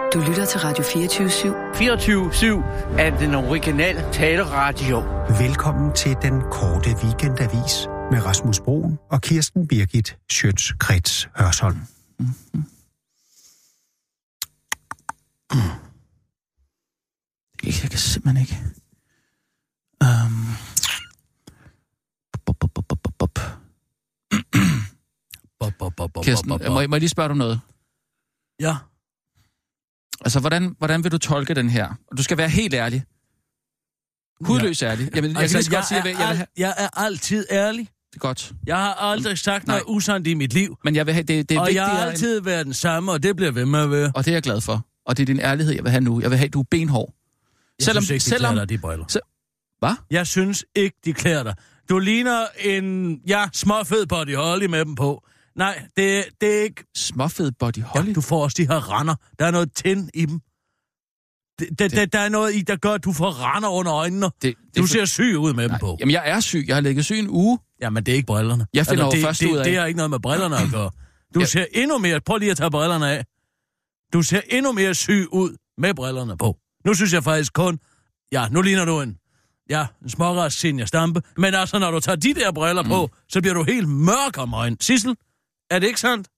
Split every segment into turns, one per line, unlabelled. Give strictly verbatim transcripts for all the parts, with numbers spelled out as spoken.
Du lytter til Radio fireogtyve syv.
fireogtyve syv er den originale taleradio.
Velkommen til den korte weekendavis med Rasmus Broen og Kirsten Birgit Schøtz-Krets Hørsholm.
Mm-hmm. Mm. Jeg kan simpelthen ikke. Um. Bop, bop, bop, bop, bop.
Bop, bop, bop, bop,
Kirsten,
bop, bop.
må, jeg, må jeg lige spørge dig om noget?
Ja.
Altså, hvordan, hvordan vil du tolke den her? Du skal være helt ærlig. Hudløs ærlig. Jamen, jeg
altså,
kan lige så godt sige,
jeg,
jeg,
er
vil, jeg, vil
al-
have...
jeg er altid ærlig.
Det er godt.
Jeg har aldrig sagt noget
Nej.
usandt i mit liv.
Men jeg vil have, det, det er
og
vigtigere...
jeg har altid end... været den samme, og det bliver ved med at være.
Og det er jeg glad for. Og det er din ærlighed, jeg vil have nu. Jeg vil have, du er benhård.
Jeg
selvom,
synes ikke, de
selvom...
klæder dig, de briller.
Se... Hvad?
Jeg synes ikke, de klæder dig. Du ligner en, ja, småfed body holly med dem på. Nej, det, det er ikke...
Småfed body holly?
Ja, du får også de her render. Der er noget tind i dem. Det, det, det... Der er noget i, der gør, at du får render under øjnene. Det, det du ser for... syg ud med
Nej.
dem på.
Jamen, jeg er syg. Jeg har ligget syg en uge.
Jamen, det er ikke brillerne.
Jeg finder
altså,
jo
det,
først
det,
ud af...
Det har ikke noget med brillerne at gøre. Du
ja.
ser endnu mere... Prøv lige at tage brillerne af. Du ser endnu mere syg ud med brillerne på. Nu synes jeg faktisk kun... Ja, nu ligner du en... Ja, en smågræs senior stampe. Men altså, når du tager de der briller mm. på, så bliver du helt mørk om øjnene. Sissel, er det ikke sandt?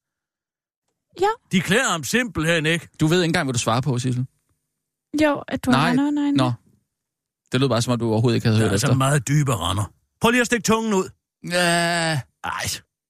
Ja.
De klæder ham simpelthen ikke.
Du ved ikke engang, hvad du svarer på, Sissel.
Jo, at du
nej.
har nej, nej.
Nå. Det lød bare, som om du overhovedet ikke havde hørt efter.
Det er altså meget dybe render. Prøv lige at stikke tungen ud.
Ja.
Ej.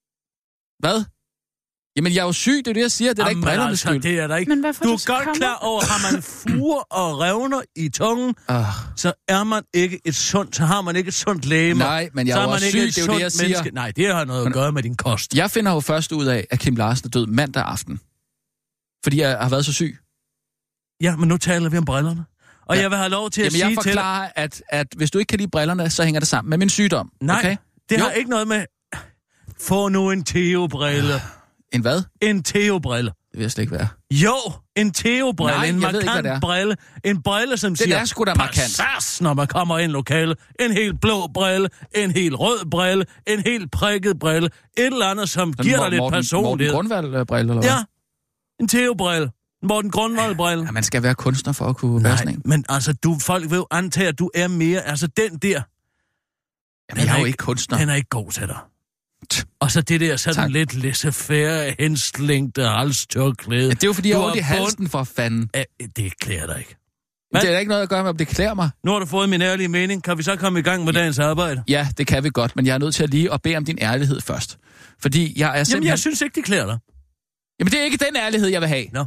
Hvad? Jamen, jeg er jo syg, det er det, jeg siger. Det er da ikke brillernes
altså,
skyld.
Det er der ikke.
Men hvorfor
du
du
er godt
kommer?
klar over, har man fuger og revner i tungen,
uh.
så er man ikke et sundt, så har man ikke et sundt læge.
Nej, men jeg er jo også syg, det er jo det, jeg siger.
Menneske. Nej, det har noget men, at gøre med din kost.
Jeg finder jo først ud af, at Kim Larsen er død mandag aften. Fordi jeg har været så syg.
Ja, men nu taler vi om brillerne. Og ja. jeg vil have lov til
Jamen,
at sige
jeg forklarer,
til...
at, at hvis du ikke kan lide brillerne, så hænger det sammen med min sygdom.
Nej,
okay?
det
jo.
har ikke noget med... Få nu en Theo-brille.
En hvad?
En Theo-brille.
Det vil jeg slet ikke være.
Jo, en Theo-brille.
Nej,
en markant
ikke,
brille. En brille, som
det
siger...
Det er sgu da markant.
Passas, når man kommer ind i lokale. En helt blå brille. En helt rød brille. En helt prikket brille. Et eller andet, som
Den
giver
Morten,
dig lidt
Morten,
personlighed.
Morten Grundvald-brille, eller hvad?
Ja, en Theo-brille. Morten Grundvald-brille.
Ja, man skal være kunstner for at kunne være sådan en.
Men altså, du, folk vil jo antage, at du er mere... Altså, den der...
Jamen, jeg er jo ikke kunstner.
Den er ikke god til dig. Og så det der sådan tak. Lidt laissez-faire, henslængte halstørklæde.
Ja, det er jo fordi, jeg har ondt i halsen for fanden.
Ja, det klæder dig ikke.
Men det er da ikke noget at gøre med, om det klæder mig.
Nu har du fået min ærlige mening. Kan vi så komme i gang med ja. dagens arbejde?
Ja, det kan vi godt, men jeg er nødt til at lige at bede om din ærlighed først. Fordi jeg er simpelthen...
Jamen, jeg synes ikke, det klæder dig.
Jamen, det er ikke den ærlighed, jeg vil have.
Nå.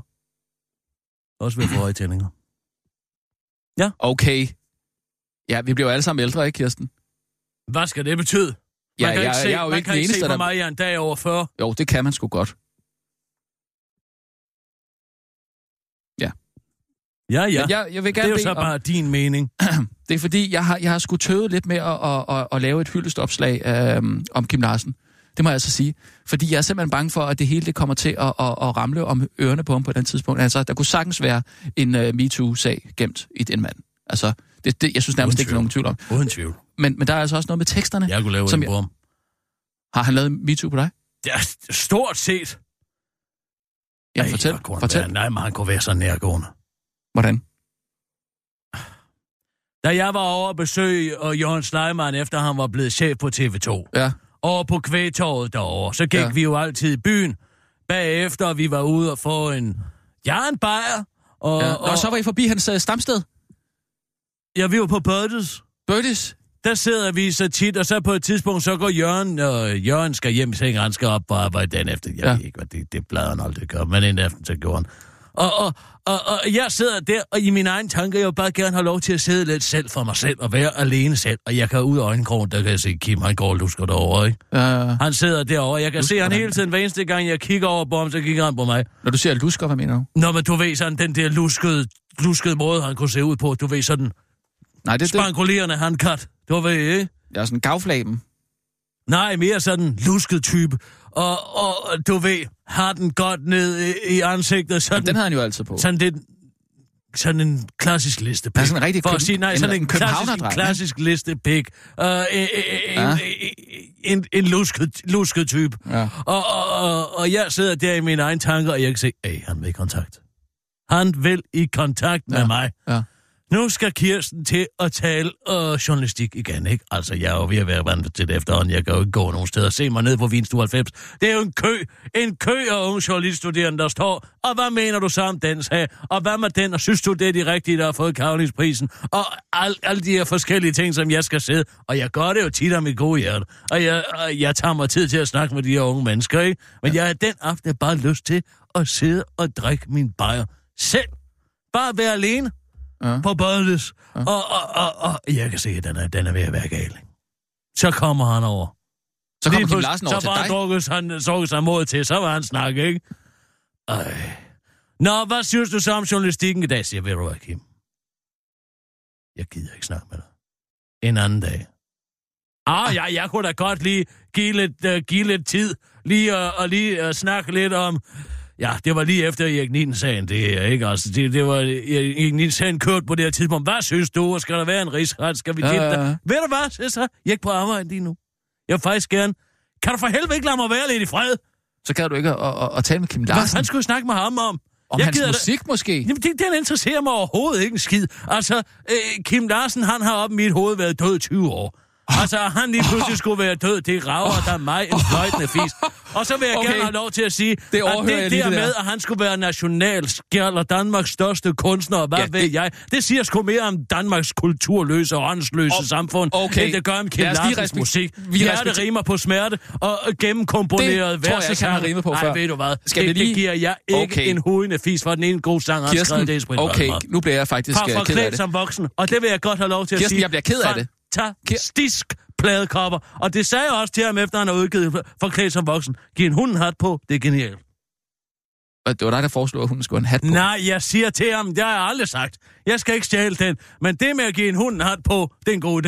Også ved høje tændinger. Ja.
Okay. Ja, vi bliver jo alle sammen ældre, ikke, Kirsten?
Hvad skal det betyde?
Ja,
man kan
jeg,
ikke se,
jeg er jo
man
ikke
kan
den
ikke
eneste,
se på
der...
mig, jeg er en dag over fyrre.
Jo, det kan man sgu godt. Ja.
Ja, ja.
Men jeg, jeg vil
det
gerne
er jo så
om...
bare din mening.
Det er fordi, jeg har, jeg har sgu tøvet lidt med at, at, at, at lave et hyldestopslag øhm, om Kim Larsen. Det må jeg altså sige. Fordi jeg er simpelthen bange for, at det hele det kommer til at, at, at ramle om ørerne på ham på den tidspunkt. Altså, der kunne sagtens være en uh, MeToo-sag gemt i den mand. Altså, det, det, jeg synes nærmest ikke, der er nogen tvivl om.
Uden tvivl.
Men, men der er altså også noget med teksterne.
Jeg kunne lave en bom.
Har han lavet MeToo på dig?
Ja, stort set.
Ja,
Ej,
fortæl. fortæl.
Være, nej, men han kunne være så nærgående.
Hvordan?
Da jeg var over at besøge og Jørgen Sleiman, efter han var blevet chef på T V to.
Ja.
Over på Kvægtorvet derovre, så gik
ja.
vi jo altid i byen. Bagefter vi var ude og få en... Ja, en bajer. Og,
ja.
og,
og så var I forbi hans uh, stamsted?
Ja, vi var på Birdies.
Birdies?
Der sidder vi så tit, og så på et tidspunkt, så går Jørgen, og Jørgen skal hjem i seng, han skal op på arbejde den efter. Jeg ja. ved ikke, hvad det, det bladeren aldrig gør, men en aften, så går han. Og, og, og, og jeg sidder der, og i mine egne tanker, jeg vil bare gerne have lov til at sidde lidt selv for mig selv, og være alene selv. Og jeg kan ud af øjenkrogen, der kan jeg se, Kim, han går og lusker derovre, ikke?
Uh,
han sidder derovre, jeg kan
lusker,
se han hele tiden, hver eneste gang, jeg kigger over på ham, så kigger han på mig.
Når du siger lusker, hvad mener du?
Nå, men du ved sådan, den der luskede, luskede måde, han kunne se ud på, du ved sådan...
Nej, det er
spankulerende handkat, du ved, ikke?
Jeg er sådan en gavflaben.
Nej, mere sådan lusket type. Og, og du ved, har den godt ned i, i ansigtet. Sådan,
jamen, den havde han jo altid på.
Sådan, det, sådan en klassisk listepik.
Ja, sådan en rigtig
For at sige, nej,
en,
sådan en,
en
klassisk, klassisk listepik. Uh, en, ja. en, en lusket, lusket type.
Ja.
Og, og, og, og jeg sidder der i mine egne tanker, og jeg kan se, hey, han vil i kontakt. Han vil i kontakt med
Ja.
mig.
Ja.
Nu skal Kirsten til at tale øh, journalistik igen, ikke? Altså, jeg er jo ved at være vant til det efterhånden. Jeg kan jo ikke gå nogen steder. Se mig ned på Vinstue halvfems. Det er jo en kø. En kø af unge journaliststuderende, der står. Og hvad mener du så om den sag? Og hvad med den? Og synes du, det er de rigtige, der har fået Karolinsprisen? Og alle al de her forskellige ting, som jeg skal sidde. Og jeg gør det jo tit af mit gode hjerte. Og jeg, og jeg tager mig tid til at snakke med de her unge mennesker, ikke? Men jeg har den aften bare lyst til at sidde og drikke min bajer selv. Bare være alene. Ja. På Bødles. Ja. Og, og, og, og jeg kan se, at den er, den er ved at være gal. Så kommer han over.
Så kommer Kim Larsen over
så
til dig?
Så bare drukkes han så sig mod til, så var han snakke, ikke? Ej. Nå, hvad synes du så om journalistikken i dag, siger ved du hvad, Kim? Jeg gider ikke snakke med dig. En anden dag. Ah, ja, jeg kunne da godt lige give lidt, uh, give lidt tid, lige uh, og lige uh, snakke lidt om... Ja, det var lige efter Erik Nielsen-sagen, det her, ikke? Altså, det, det var Erik Nielsen kørt på det her tidspunkt. Hvad synes du? Skal der være en rigsret? Skal vi til
ja, ja.
dig? Ved du hvad, så? Jeg er ikke på arbejde lige nu. Jeg vil faktisk gerne... Kan du for helvede ikke lade mig være lidt i fred?
Så kan du ikke at, at, at tale med Kim Larsen?
Hvad fanden skulle jeg snakke med ham om?
Om
jeg
hans
gider
musik
da...
måske?
Jamen, det, det interesserer mig overhovedet ikke en skid. Altså, øh, Kim Larsen, han har op i mit hoved været død tyve år. Altså, han lige pludselig skulle være død. Det rager der mig en fløjtende fis. Og så vil jeg okay. gerne have lov til at sige,
det
at det
der
der med,
der.
at han skulle være nationalskjald og Danmarks største kunstner, hvad ja, ved det... jeg, det siger sgu mere om Danmarks kulturløse og åndsløse oh, samfund,
okay.
end det gør om Kim Larsens respekt... musik.
Vi
Hjerte rimer på smerte og gennemkomponeret
vers. Det tror jeg ikke, han har rimet på før.
Ej, ved du hvad?
Skal
det,
lige...
det giver jeg ikke okay. en hudende fis for den ene gode sang, han skrev det i Sprit.
Okay, nu bliver jeg faktisk
fra, fra
ked af det.
som voksen, og det vil jeg godt have lov til at
Kirsten,
sige.
jeg bliver ked af det.
Fantastisk pladekopper. Og det sagde jeg også til ham, efter han har udgivet Forklædt som voksen. Giv en hund en hat på, det er genialt.
Og det var dig, der foreslog, at hun skulle en hat på.
Nej, jeg siger til ham, det har jeg aldrig sagt. Jeg skal ikke stjæle den. Men det med at give en hund en hat på, det er en god idé.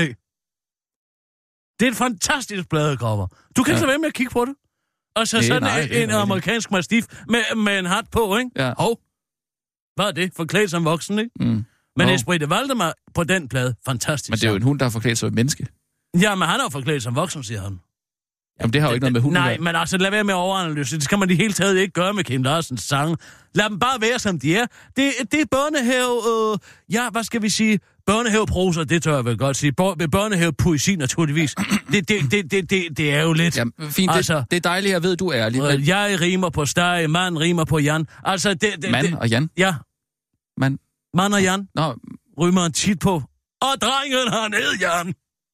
Det er et fantastisk pladekopper. Du kan ja. ikke være med at kigge på det. Og så nej, sådan nej, en, en amerikansk mastiff med, med en hat på, ikke?
Ja.
Hov. Hvad er det? Forklædt som voksen, ikke? Mm. Men Esprit Valdemar på den plade, fantastisk.
Men det er jo en hund, der har forklædt sig som et menneske.
Ja, men han er jo forklædt som voksen, siger han.
Jamen, det har jo ikke noget med hunden.
Nej, men altså, lad være med at overanalyse. Det skal man i hele taget ikke gøre med Kim Larsens sange. Lad dem bare være, som de er. Det, det er børnehave... Øh, ja, hvad skal vi sige? Børnehaveprosa, det tør jeg vel godt sige. Børnehavepoesi, naturligvis. Det, det, det, det, det, det er jo lidt...
Jamen, fint, altså, det, det er dejligt, jeg ved, du er ærlig. Men...
Jeg rimer på steg, mand rimer på Jan. Altså, det... det
mand
det,
og Jan?
Ja.
Man.
Mand og Jan.
Nå.
Rymer en tit på. Og drengen har ned, Jan.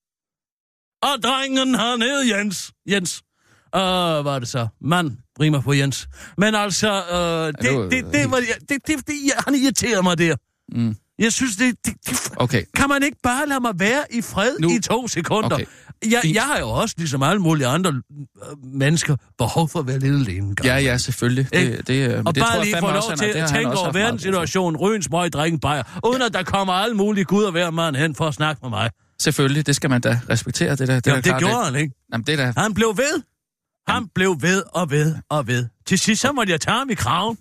Og drengen har ned, Jens. Jens. Og uh, hvad er det så? Mand rimer på Jens. Men altså, uh, det, ja, det, det, det, var, det, det, det, det, han irriterer mig der. Mm. Jeg synes, det, det, det...
Okay.
Kan man ikke bare lade mig være i fred nu... i to sekunder? Okay. Jeg, jeg har jo også, ligesom alle mulige andre øh, mennesker, behov for at være lidt alene.
Ja, ja, selvfølgelig. Det, det, men
og
det
bare
tror
lige få lov
også,
til at tænke over verdenssituationen, ryge en smøg, drikke en bajer, uden ja. at der kommer alle mulige gud og hver mand hen for at snakke med mig.
Selvfølgelig, det skal man da respektere. Det, der, det,
Jamen,
der
det
klart,
gjorde
det.
han, ikke?
Jamen, det der...
Han blev ved. Han Jamen. blev ved og ved og ved. Til sidst, så måtte jeg tage ham i kraven.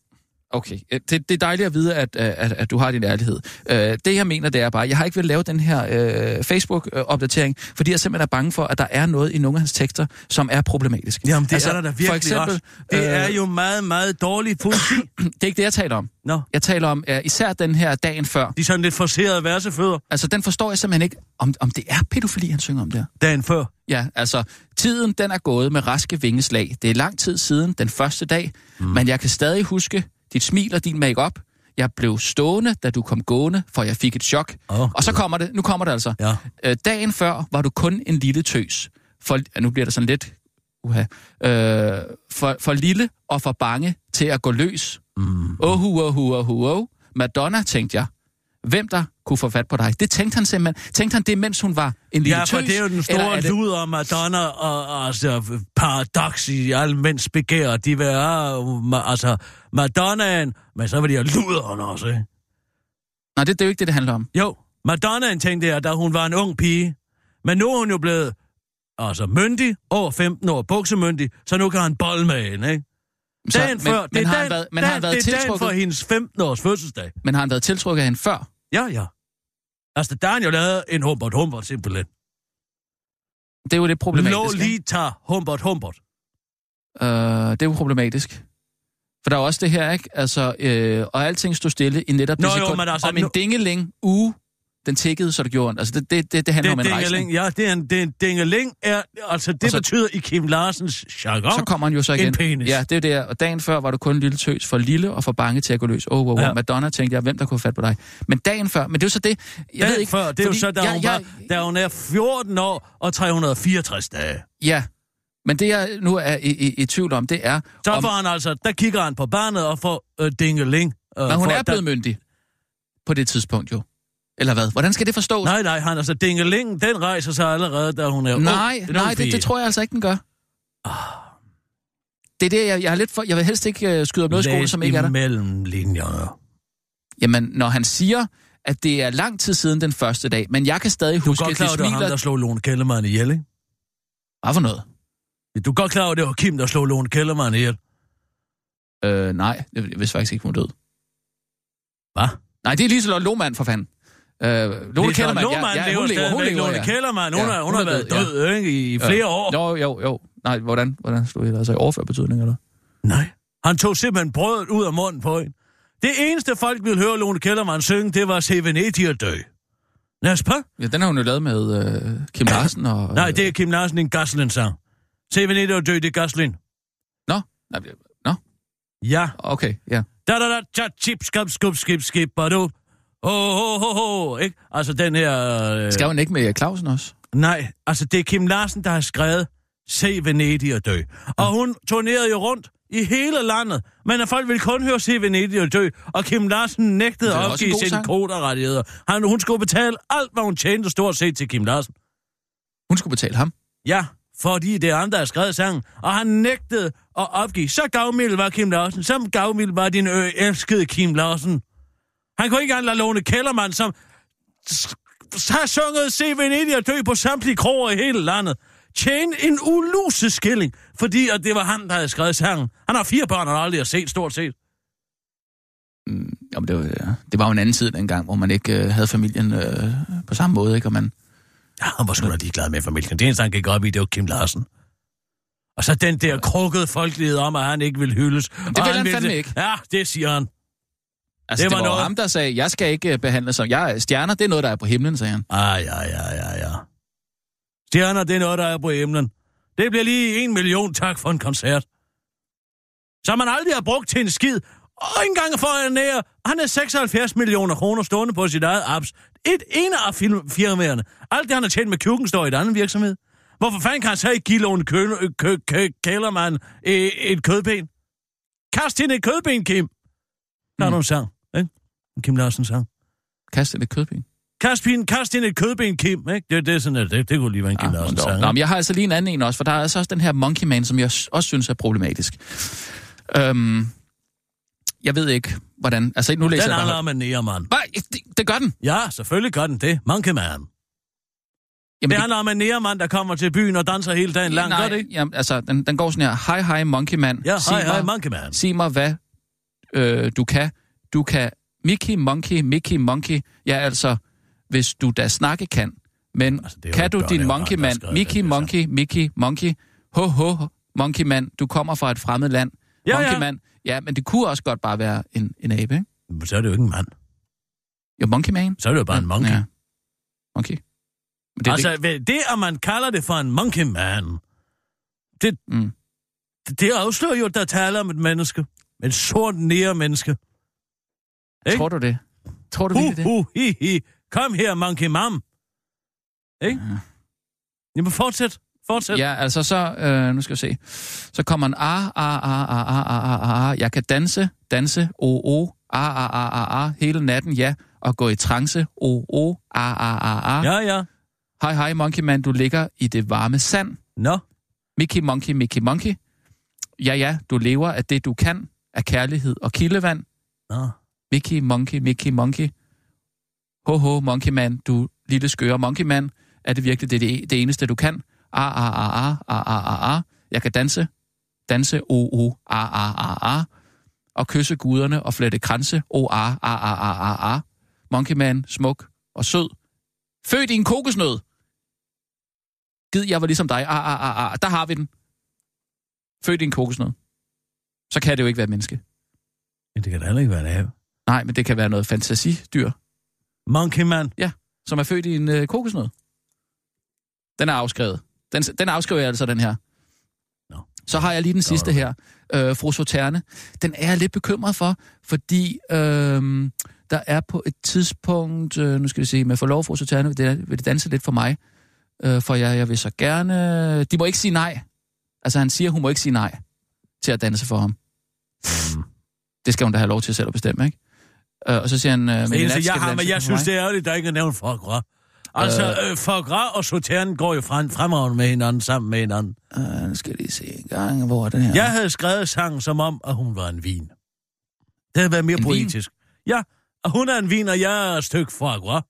Okay, det, det er dejligt at vide, at, at, at du har din ærlighed. Uh, det jeg mener, det er bare, jeg har ikke vil lave den her uh, Facebook-opdatering, fordi jeg simpelthen er bange for, at der er noget i nogle af hans tekster, som er problematisk.
Jamen, det altså, er der da virkelig for eksempel, også. Det uh, er jo meget, meget dårlig poesi.
Det er ikke det, jeg taler om.
No.
Jeg taler om uh, især den her dagen før.
De er sådan lidt forserede versefødder.
Altså, den forstår jeg simpelthen ikke, om, om det er pædofili, han synger om der.
Dagen før?
Ja, altså, tiden den er gået med raske vingeslag. Det er lang tid siden, den første dag, mm. men jeg kan stadig huske dit smil og din make-up. Jeg blev stående, da du kom gående, for jeg fik et chok. Oh, og så kommer det, nu kommer det altså. Ja. Øh, dagen før var du kun en lille tøs. For, ja, nu bliver det sådan lidt... Uha. Øh, for, for lille og for bange til at gå løs. Mm. Ohu, ohu, ohu, ohu. Madonna, tænkte jeg. Hvem der kunne få fat på dig? Det tænkte han simpelthen. Tænkte han det, mens hun var en lille tøs?
Ja, for det er jo den store luder om Madonna og, og altså, paradoks i alle mænds begær. De vil have, altså, Madonnaen, men så var de jo luderen også, ikke?
Nej, det, det er jo ikke det, det handler om.
Jo, Madonnaen tænkte jeg, da hun var en ung pige. Men nu er hun jo blevet, altså, myndig, over femten år, buksemyndig, så nu kan han bolle med hende, ikke?
Så,
dagen
men,
før,
men
det er
har
dagen,
han været, men
dagen,
har han været
det er
tiltrukket...
dagen for hendes femten års fødselsdag.
Men har han været tiltrukket af hende før?
Ja, ja. Altså, der har han jo lavet en Humbert Humbert, simpelthen.
Det er jo det problematiske.
Lolita Humbert Humbert.
Uh, det er jo problematisk. For der er også det her, ikke? Altså, øh, og alting stod stille i netop
Nå,
det
jo,
sekund.
men altså,
om en
nu...
dingeling uge, den tikkede, så det gjorde. Altså, det, det, det, det handler
det
om en rejsning.
Ja, det er en, det er en dingeling. Er, altså, det
så,
betyder i Kim Larsens jargon,
så kommer han jo så igen.
en penis.
Ja, det er der. Og dagen før var du kun en lille tøs, for lille og for bange til at gå løs. Åh, oh, wow, wow. Ja. Madonna tænkte jeg, hvem der kunne få fat på dig. Men dagen før, men det er jo så det... Jeg
dagen
ved ikke,
før, det er
fordi,
jo så, da,
ja,
hun
ja,
var, da hun er fjorten år og tre hundrede og fireogtres dage.
Ja, men det jeg nu er i, i, i tvivl om, det er...
Så
om,
får han altså, der kigger han på barnet og får øh, dingeling. Øh,
men hun
for,
er blevet
der...
myndig på det tidspunkt jo. Eller hvad? Hvordan skal det forstås?
Nej, nej, han altså, dingelingen, den rejser sig allerede, da hun er
Nej,
ung.
nej, det, det tror jeg altså ikke, den gør. Oh. Det er det, jeg, jeg har lidt for... Jeg vil helst ikke uh, skyde op noget skole, som ikke er der.
Mellem linjerne.
Jamen, når han siger, at det er lang tid siden den første dag, men jeg kan stadig huske,
at de smiler... Du er godt klar, det var ham, der slog Lone Kellermann ihjel, ikke?
Hvad for noget?
Du er godt klar, at det var Kim, der slog Lone Kellermann ihjel?
Øh, nej, jeg vidste faktisk ikke, hun død.
Hvad?
Nej, det er Liselotte Lohmann, for fanden. Øh, Lone Kellermann, ja, ja, hun lever, hun lever,
Lone
ja.
Kellermann, hun,
ja,
har, hun, hun har været død, død ja. ikke, i flere ja. år.
Jo, jo, jo. Nej, hvordan, hvordan stod det? Altså i overført betydning, eller?
Nej, han tog simpelthen brødet ud af munden på hende. Det eneste folk ville høre Lone Kellermann synge, det var Se Venedig at dø. Næspa?
Ja, den har hun jo lavet med øh, Kim Larsen og... Øh...
Nej, det er Kim Larsen, en Gaslin-sang. Se Venedig at dø, det er Gaslin.
Nå? Nå?
Ja.
Okay, ja.
Da da da, cha chip skab skub skib skib bado. Ho ho ho ho, ikke? Altså den her... Øh...
Skal hun ikke med Clausen også?
Nej, altså det er Kim Larsen, der har skrevet Se Venedig at dø. Og ja. Hun turnerede jo rundt i hele landet, men folk ville kun høre Se Venedig at dø, og Kim Larsen nægtede at opgive sine koderrettigheder. Han, hun skulle betale alt, hvad hun tjente stort set til Kim Larsen.
Hun skulle betale ham?
Ja, fordi det er andre, der har skrevet sangen, og han nægtede at opgive. Så gavmild var Kim Larsen, så gavmild var din ø elskede Kim Larsen. Han kunne ikke engang lade Lone Kellermann, som har sunget Se Venedig at dø på samtlige kroger i hele landet, tjene en uluse skilling, fordi at det var han, der havde skrevet sangen. Han har fire børn, og aldrig har set stort set.
Mm, jamen, det var, ja. det var jo en anden tid dengang, hvor man ikke øh, havde familien øh, på samme måde, ikke? Og man...
Ja, han var sgu da ligeglad med familien. Det eneste, han gik op i, det var Kim Larsen. Og så den der krukkede folkelighed om, at han ikke vil hyldes.
Det vil han, han fandme det. ikke.
Ja, det siger han.
Altså, det, det var, var noget... ham, der sagde, jeg skal ikke behandles som... Jeg, stjerner, det er noget, der er på himlen, sagde han.
Ah, ja, ja, ja, ja. Stjerner, det er noget, der er på himlen. Det bliver lige en million tak for en koncert. Så man aldrig har brugt til en skid. Og ikke engang for en nære. Han er seksoghalvfjerds millioner kroner stående på sit eget apps. Et ene af firmaerne. Alt det, han har tjent med køkken, står i et andet virksomhed. Hvorfor fanden kan han så ikke give Lone Kellermann et kødben? Kast hende et kødben, Kim. Der er mm. nogle sang, ikke? Kim Larsen sang.
Kast hende et kødben?
Kast, kast hende et kødben, Kim, ikke? Det, det er sådan, det, det kunne lige være en Kim ah, Larsen sang.
Nå, men jeg har altså lige en anden en også, for der er altså også den her Monkey Man, som jeg også synes er problematisk. Øhm, jeg ved ikke, hvordan... Altså, nu læser
den
jeg
handler om en nærmand.
Det, det gør den.
Ja, selvfølgelig gør den det. Monkey Man. Jamen, det, det handler om en nærmand, der kommer til byen og danser hele dagen lang,
nej,
gør det ikke?
Jamen, altså, den, den går sådan her. Hej, hej, Monkey Man.
Ja,
sig
hej,
mig,
hej, Monkey Man.
Sig mig, hvad øh, du kan. Du kan Mickey, Monkey, Mickey, Monkey. Ja, altså, hvis du da snakke kan. Men altså, kan du din Monkey Man? Mickey, det, Monkey, Mickey, Monkey. Ho, ho, Monkey Man. Du kommer fra et fremmed land.
Ja,
Monkey
ja.
Man. Ja, men det kunne også godt bare være en, en abe, ikke?
Men så er det jo ikke en mand.
Jo, Monkey Man.
Så er det jo bare ja, en monkey. Ja.
Monkey. Men det,
altså,
det...
det, at man kalder det for en Monkey Man, det,
mm.
det, det afslører jo, at der taler om et menneske. Et sort nære menneske.
Ikke? Tror du det? Tror du virkelig det?
Uh, uh, hi, hi. Kom her, Monkey Mam. Ikke? Ja. Jamen, fortsæt. Fortsæt.
Ja, altså så, øh, nu skal vi se. Så kommer en ah, ah, ah, ah, ah, ah, ah, ah. Jeg kan danse, danse, o, o, ah, ah, ah, ah, ah, hele natten, ja. Og gå i trance, o, o, ah, ah, ah, ah.
Ja, ja.
Hej, hej, Monkey Man, du ligger i det varme sand.
Nå.
Mickey, Monkey, Mickey, Monkey. Ja, ja, du lever af det, du kan, af kærlighed og kildevand.
Nå.
Mickey, Monkey, Mickey, Monkey. Ho, ho, Monkey Man, du lille skøre Monkey Man. Er det virkelig det, det, det eneste, du kan? Ah, ah, ah, ah, ah, ah, ah, ah. Jeg kan danse, danse, o, o, ah, ah, ah, ah. Og kysse guderne og flette kranse, o, ah, ah, ah, ah, ah, ah. Monkey Man, smuk og sød. Født i en kokosnød. Gid, jeg var ligesom dig. Ah, ah, ah, ah. Der har vi den. Født i en kokosnød. Så kan det jo ikke være et menneske.
Men det kan da heller ikke være en abe.
Nej, men det kan være noget fantasidyr.
Monkey Man?
Ja, som er født i en øh, kokosnød. Den er afskrevet. Den, den afskriver jeg altså, den her.
No.
Så har jeg lige den sidste her. Øh, Fru Sauterne. Den er jeg lidt bekymret for, fordi øh, der er på et tidspunkt... Øh, nu skal vi se, med forlov, Fru Sauterne, vil det, vil det danse lidt for mig. Øh, for jeg, jeg vil så gerne... De må ikke sige nej. Altså, han siger, hun må ikke sige nej til at danse for ham. Mm. Det skal hun da have lov til selv at bestemme, ikke? Øh, og så siger han... Øh, men
det eneste, jeg har, men jeg synes, det er ærgerligt, der ikke er nævnt foie gras. Altså, øh, foie gras og Sauterne går jo frem, fremragende med hinanden, sammen med hinanden.
Øh, nu skal lige se en gang, hvor er den her?
Jeg havde skrevet sangen som om, at hun var en vin. Det havde været mere en poetisk. Vin? Ja, og hun er en vin, og jeg er et stykke foie gras.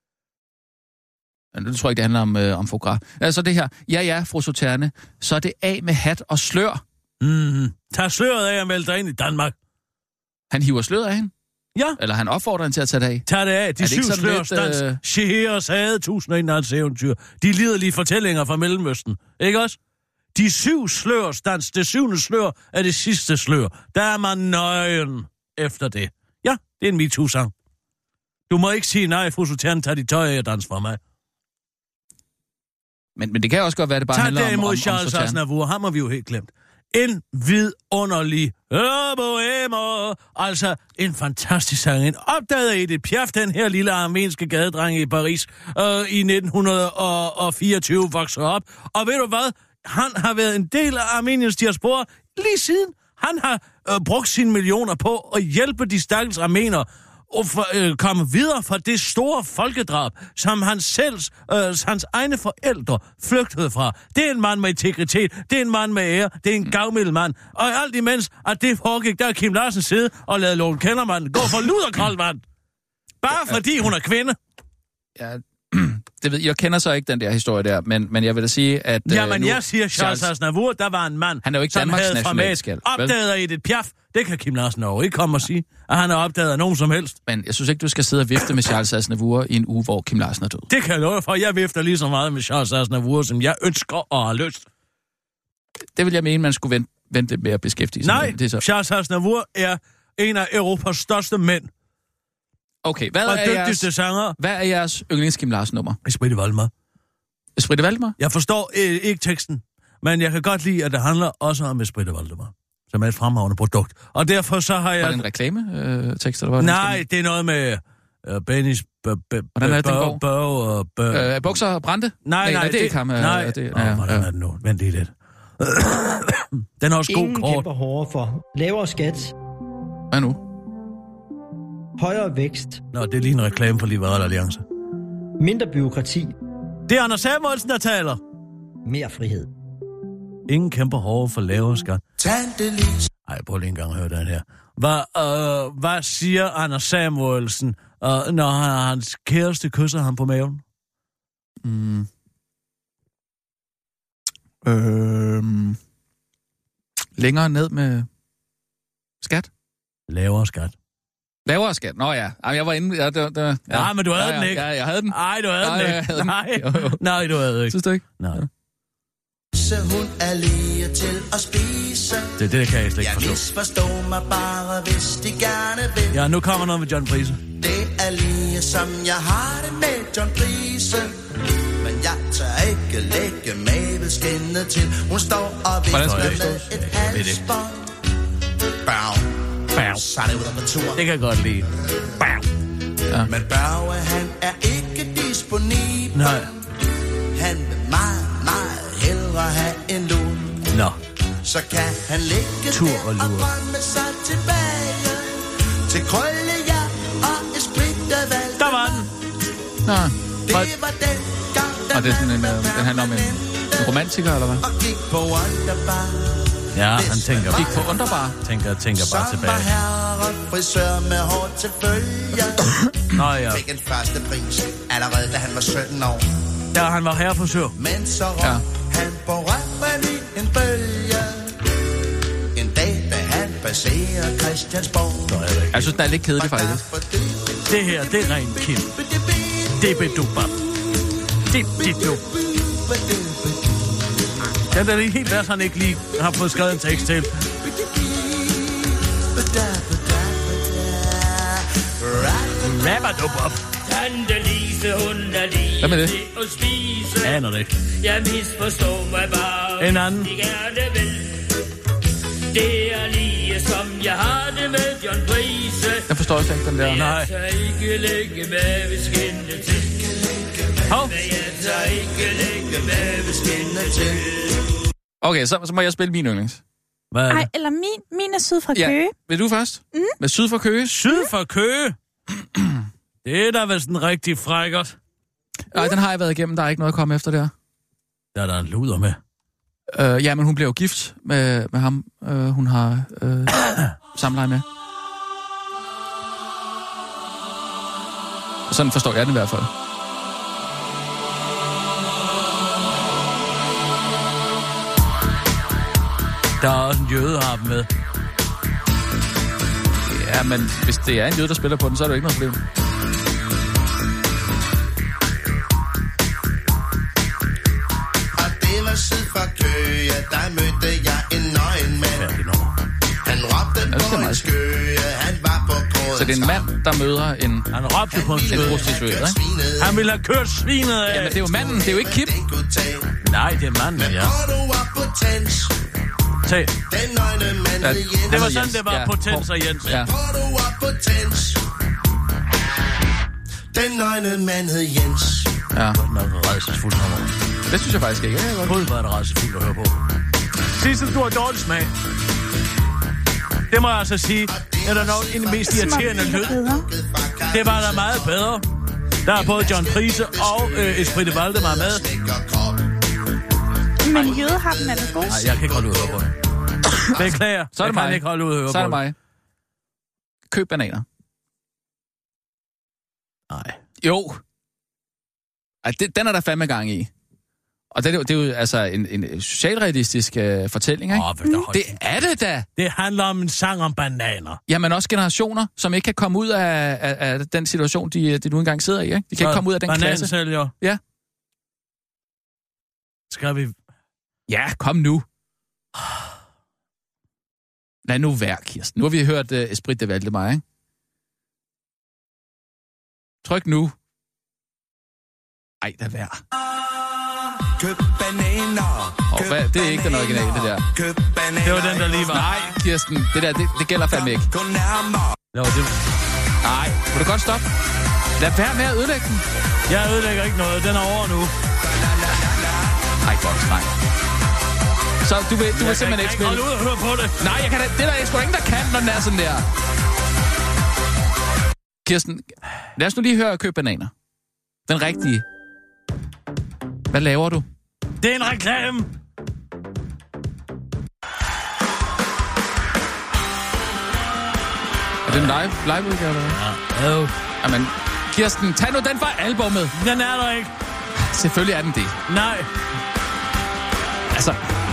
Det tror jeg ikke, det handler om, øh, om foie gras. Altså det her, ja ja, Fru Sauterne, så er det af med hat og slør.
Mm-hmm. Tag sløret af og meld dig ind i Danmark.
Han hiver sløret af hende?
Ja.
Eller han opfordrer hende til at tage det af?
Tag det af. De syv slørstands, øh... Sheheras havde tusind og en eventyr. De liderlige fortællinger fra Mellemøsten. Ikke også? De syv slørstands, det syvende slør er det sidste slør. Der er man nøgen efter det. Ja, det er en MeToo-sang. Du må ikke sige nej, Fru Sauterne, tag dit tøj af og dans for mig.
Men, men det kan også godt være, det bare
tag
handler om, om, om
Charles
Sauterne.
Aznavour, ham har vi jo helt glemt. En vidunderlig boheme, altså en fantastisk sang. En opdaget Edith Piaf, den her lille armenske gadedreng i Paris øh, i nitten fireogtyve voksede op. Og ved du hvad? Han har været en del af Armeniens diaspora lige siden. Han har øh, brugt sine millioner på at hjælpe de stakkels armenere og for, øh, komme videre fra det store folkedrab, som han selv, øh, hans egne forældre flygtede fra. Det er en mand med integritet, det er en mand med ære, det er en gavmild mand. Og alt imens, at det foregik, der er Kim Larsen sidde og lade Lone Kellermann gå for luderkold, mand. Bare fordi hun er kvinde.
Ja, det ved, jeg kender så ikke den der historie der, men, men jeg vil da sige, at...
Jamen,
øh,
jeg siger, Charles Aznavour, der var en mand,
han er jo ikke
som
Danmarks
havde
nationalskjald,
opdaget af Edith Piaf. Det kan Kim Larsen over ikke komme og sige, at han er opdaget af nogen som helst.
Men jeg synes ikke, du skal sidde og vifte med Charles Aznavour i en uge, hvor Kim Larsen er død.
Det kan jeg love for. Jeg vifter lige så meget med Charles Aznavour, som jeg ønsker og har lyst.
Det vil jeg mene, man skulle vente, vente med at beskæftige sig
Nej,
med. Det så.
Charles Aznavour er en af Europas største mænd.
Okay, hvad
og
er, jeres,
sanger.
hvad er jeres yndlings Kim Larsen-nummer?
Spritte Valdemar.
Spritte Valdemar?
Jeg forstår øh, ikke teksten, men jeg kan godt lide, at det handler også om Spritte Valdemar, som er et fremragende produkt. Og derfor så har jeg...
Var det en reklame-tekst, eller hvad?
Nej, det er noget med uh, Bennys...
Hvordan er det, den går?
Bøv og...
Øh, bukser brændte?
Nej, nej,
det er ikke ham.
Nej,
det,
Åh, hvordan er det nu? Vent lige lidt. Den er også god
Ingen
kort.
kæmper hårdere for lavere skat,
hvad nu?
højere vækst,
Nå, det er lige en reklame for Liberal Alliance.
mindre byråkrati,
Det er Anders Samuelsen, der taler.
mere frihed.
Ingen kæmper hårdere for lavere skat. Ej, prøv lige en gang at høre den her. Hvad, øh, hvad siger Anders Samuelsen, øh, når hans kæreste kysser ham på maven?
Mm. Øhm. Længere ned med skat?
Lavere skat.
Lavere skat? Nå ja. Jamen, jeg var inde... Ja, det, det, ja.
Nej, men du havde
ja,
den ikke.
Ja, jeg havde den.
Nej, du havde
Nej,
den
jeg
ikke.
havde den.
Nej.
Jo, jo.
Nej, du havde ikke.
Synes du ikke?
Nej.
Så hun er lige til at spise.
Det, det kan jeg slet ikke
Jeg
forstå.
misforstår mig bare, hvis de gerne vil.
Ja, nu kommer noget med John Price.
Det er lige som jeg har det med John Price. Men jeg tør ikke lægge maveskinnet til. Hun står og vifter med et halsbånd. Bau.
Bau.
Så er det ud af tur.
Det kan jeg godt lide. Bau.
Ja. Men Børge, han er ikke disponibel.
Nej.
Han vil meget, meget hellere have en lun.
Nå.
Så kan han ligge
Tur
der
og
og
lure.
drømme sig tilbage til Krølle, ja, og et splittervalg.
Der var den.
Nå.
Det var den gang,
Og det er sådan en, øh, den handler om en, en romantiker, eller hvad?
og gik på Wonderbar.
Ja, han tænker,
Gik på Underbar.
tænker, tænker bare
Som var
tilbage.
herre frisør med hår til følge.
Nå ja.
Fik en første pris allerede, da han var sytten år.
Ja, han var herreforsør.
Men så røg
Ja.
han på røven i en bølge. En dag, da han passerer Christiansborg.
Jeg synes, den er lidt kedelig, faktisk.
Det her, det er ren Kim. Det er bedubab. Det er du. Den er lige helt værd, han ikke lige har fået skrevet en tekst til. Rabadubop.
Tante Lise, hun er lige
Hvad med det?
til at spise.
Aner det ikke.
Jeg misforstår mig bare.
En anden.
De gerne vil. Det er lige som jeg har det med John Price.
Jeg forstår ikke den der.
Nej.
Jeg tager ikke lægge med, hvis skinne til.
Hov.
Men jeg tager ikke lægge med, hvis skinne til.
Okay, så, så må jeg spille min yndlings.
Hvad er
Ej,
det?
eller min, min er syd fra
Ja.
Køge.
Vil du først? Mm. Med syd for Køge?
Syd for Køge. Det er da vist en rigtig frækkert.
Nej, den har jeg været igennem. Der er ikke noget at komme efter der.
Der er der en luder med.
Uh, ja, men hun bliver jo gift med, med ham, uh, hun har uh, samleje med. Sådan forstår jeg den i hvert fald.
Der er også en jødeharp med.
Ja, men hvis det er en jøde, der spiller på den, så er det jo ikke noget problem.
Og det var syd fra Køge, der mødte jeg en nøgen mand. Han råbte
det er
på en
meget
skøge, han var på grådens.
Så det er en mand, der møder en,
Han råbte på en
en
skød.
prostitueret, ikke?
Han ville have kørt svinet af.
Jamen, det er jo manden, det er jo ikke Kip.
Nej, det er manden, ja.
Og du var på tens,
Tag.
den nøgne mand
Ja,
hed Jens.
Det var
Jens.
sådan, det var
Ja,
på Tens og Jens.
Ja.
Og du var på tens, den nøgne mand hed Jens.
Ja,
Noget rædselsfuldt nummer.
det synes jeg faktisk ikke. Ja, godt.
Gud, hvor er det rædselsfuldt at høre på. Sissel, du har dårlig smag. Det må jeg altså sige. Det er da nok en af de mest irriterende lyd. Det var da meget bedre. Der er både John Price og øh, Esprit de Valdemar med.
Men jødeharpen er det god.
Nej, jeg kan ikke holde ud at høre på det. Beklager.
Så er det
jeg kan
mig.
ikke holde ud at høre
Så er
på
det mig. Køb bananer.
Nej.
Jo. Ej, det, den er der fandme gang i. Og det er jo, det er jo altså en, en socialrealistisk øh, fortælling, ikke?
Åh, oh,
Det er det da!
det handler om en sang om bananer.
Jamen også generationer, som ikke kan komme ud af, af, af den situation, de, de nu engang sidder i, ikke? De kan ikke komme ud af den klasse.
Banansælger.
Ja.
Skal vi...
Ja, kom nu. Lad nu være, Kirsten. Nu har vi hørt uh, Esprit de Valdemar, ikke? Tryk nu. Ej, lad være.
Køb bananer.
Oh, hvad? Det er ikke den originale, det der.
Køb bananer.
Det var den, der lige var.
Nej, Kirsten, det der, det, det gælder fandme ikke.
Gå nærmere.
Jo, det...
Nej, må du godt stoppe? Lad være med at ødelægge den.
Jeg ødelægger ikke noget. Den er over nu.
Ej, godt, nej. Så du vil, du vil simpelthen ikke spille?
Hold ud og høre på det.
Nej, jeg kan da, det er der sgu da ingen, der kan, når den er sådan der. Kirsten, lad os nu lige høre Køb bananer. Den rigtige. Hvad laver du?
Det er en reklame.
Er det en live, live udgave, eller hvad?
Ja. Jo.
Jamen, Kirsten, tag nu den fra albummet.
Den er der ikke.
Selvfølgelig er den det.
Nej.
Altså,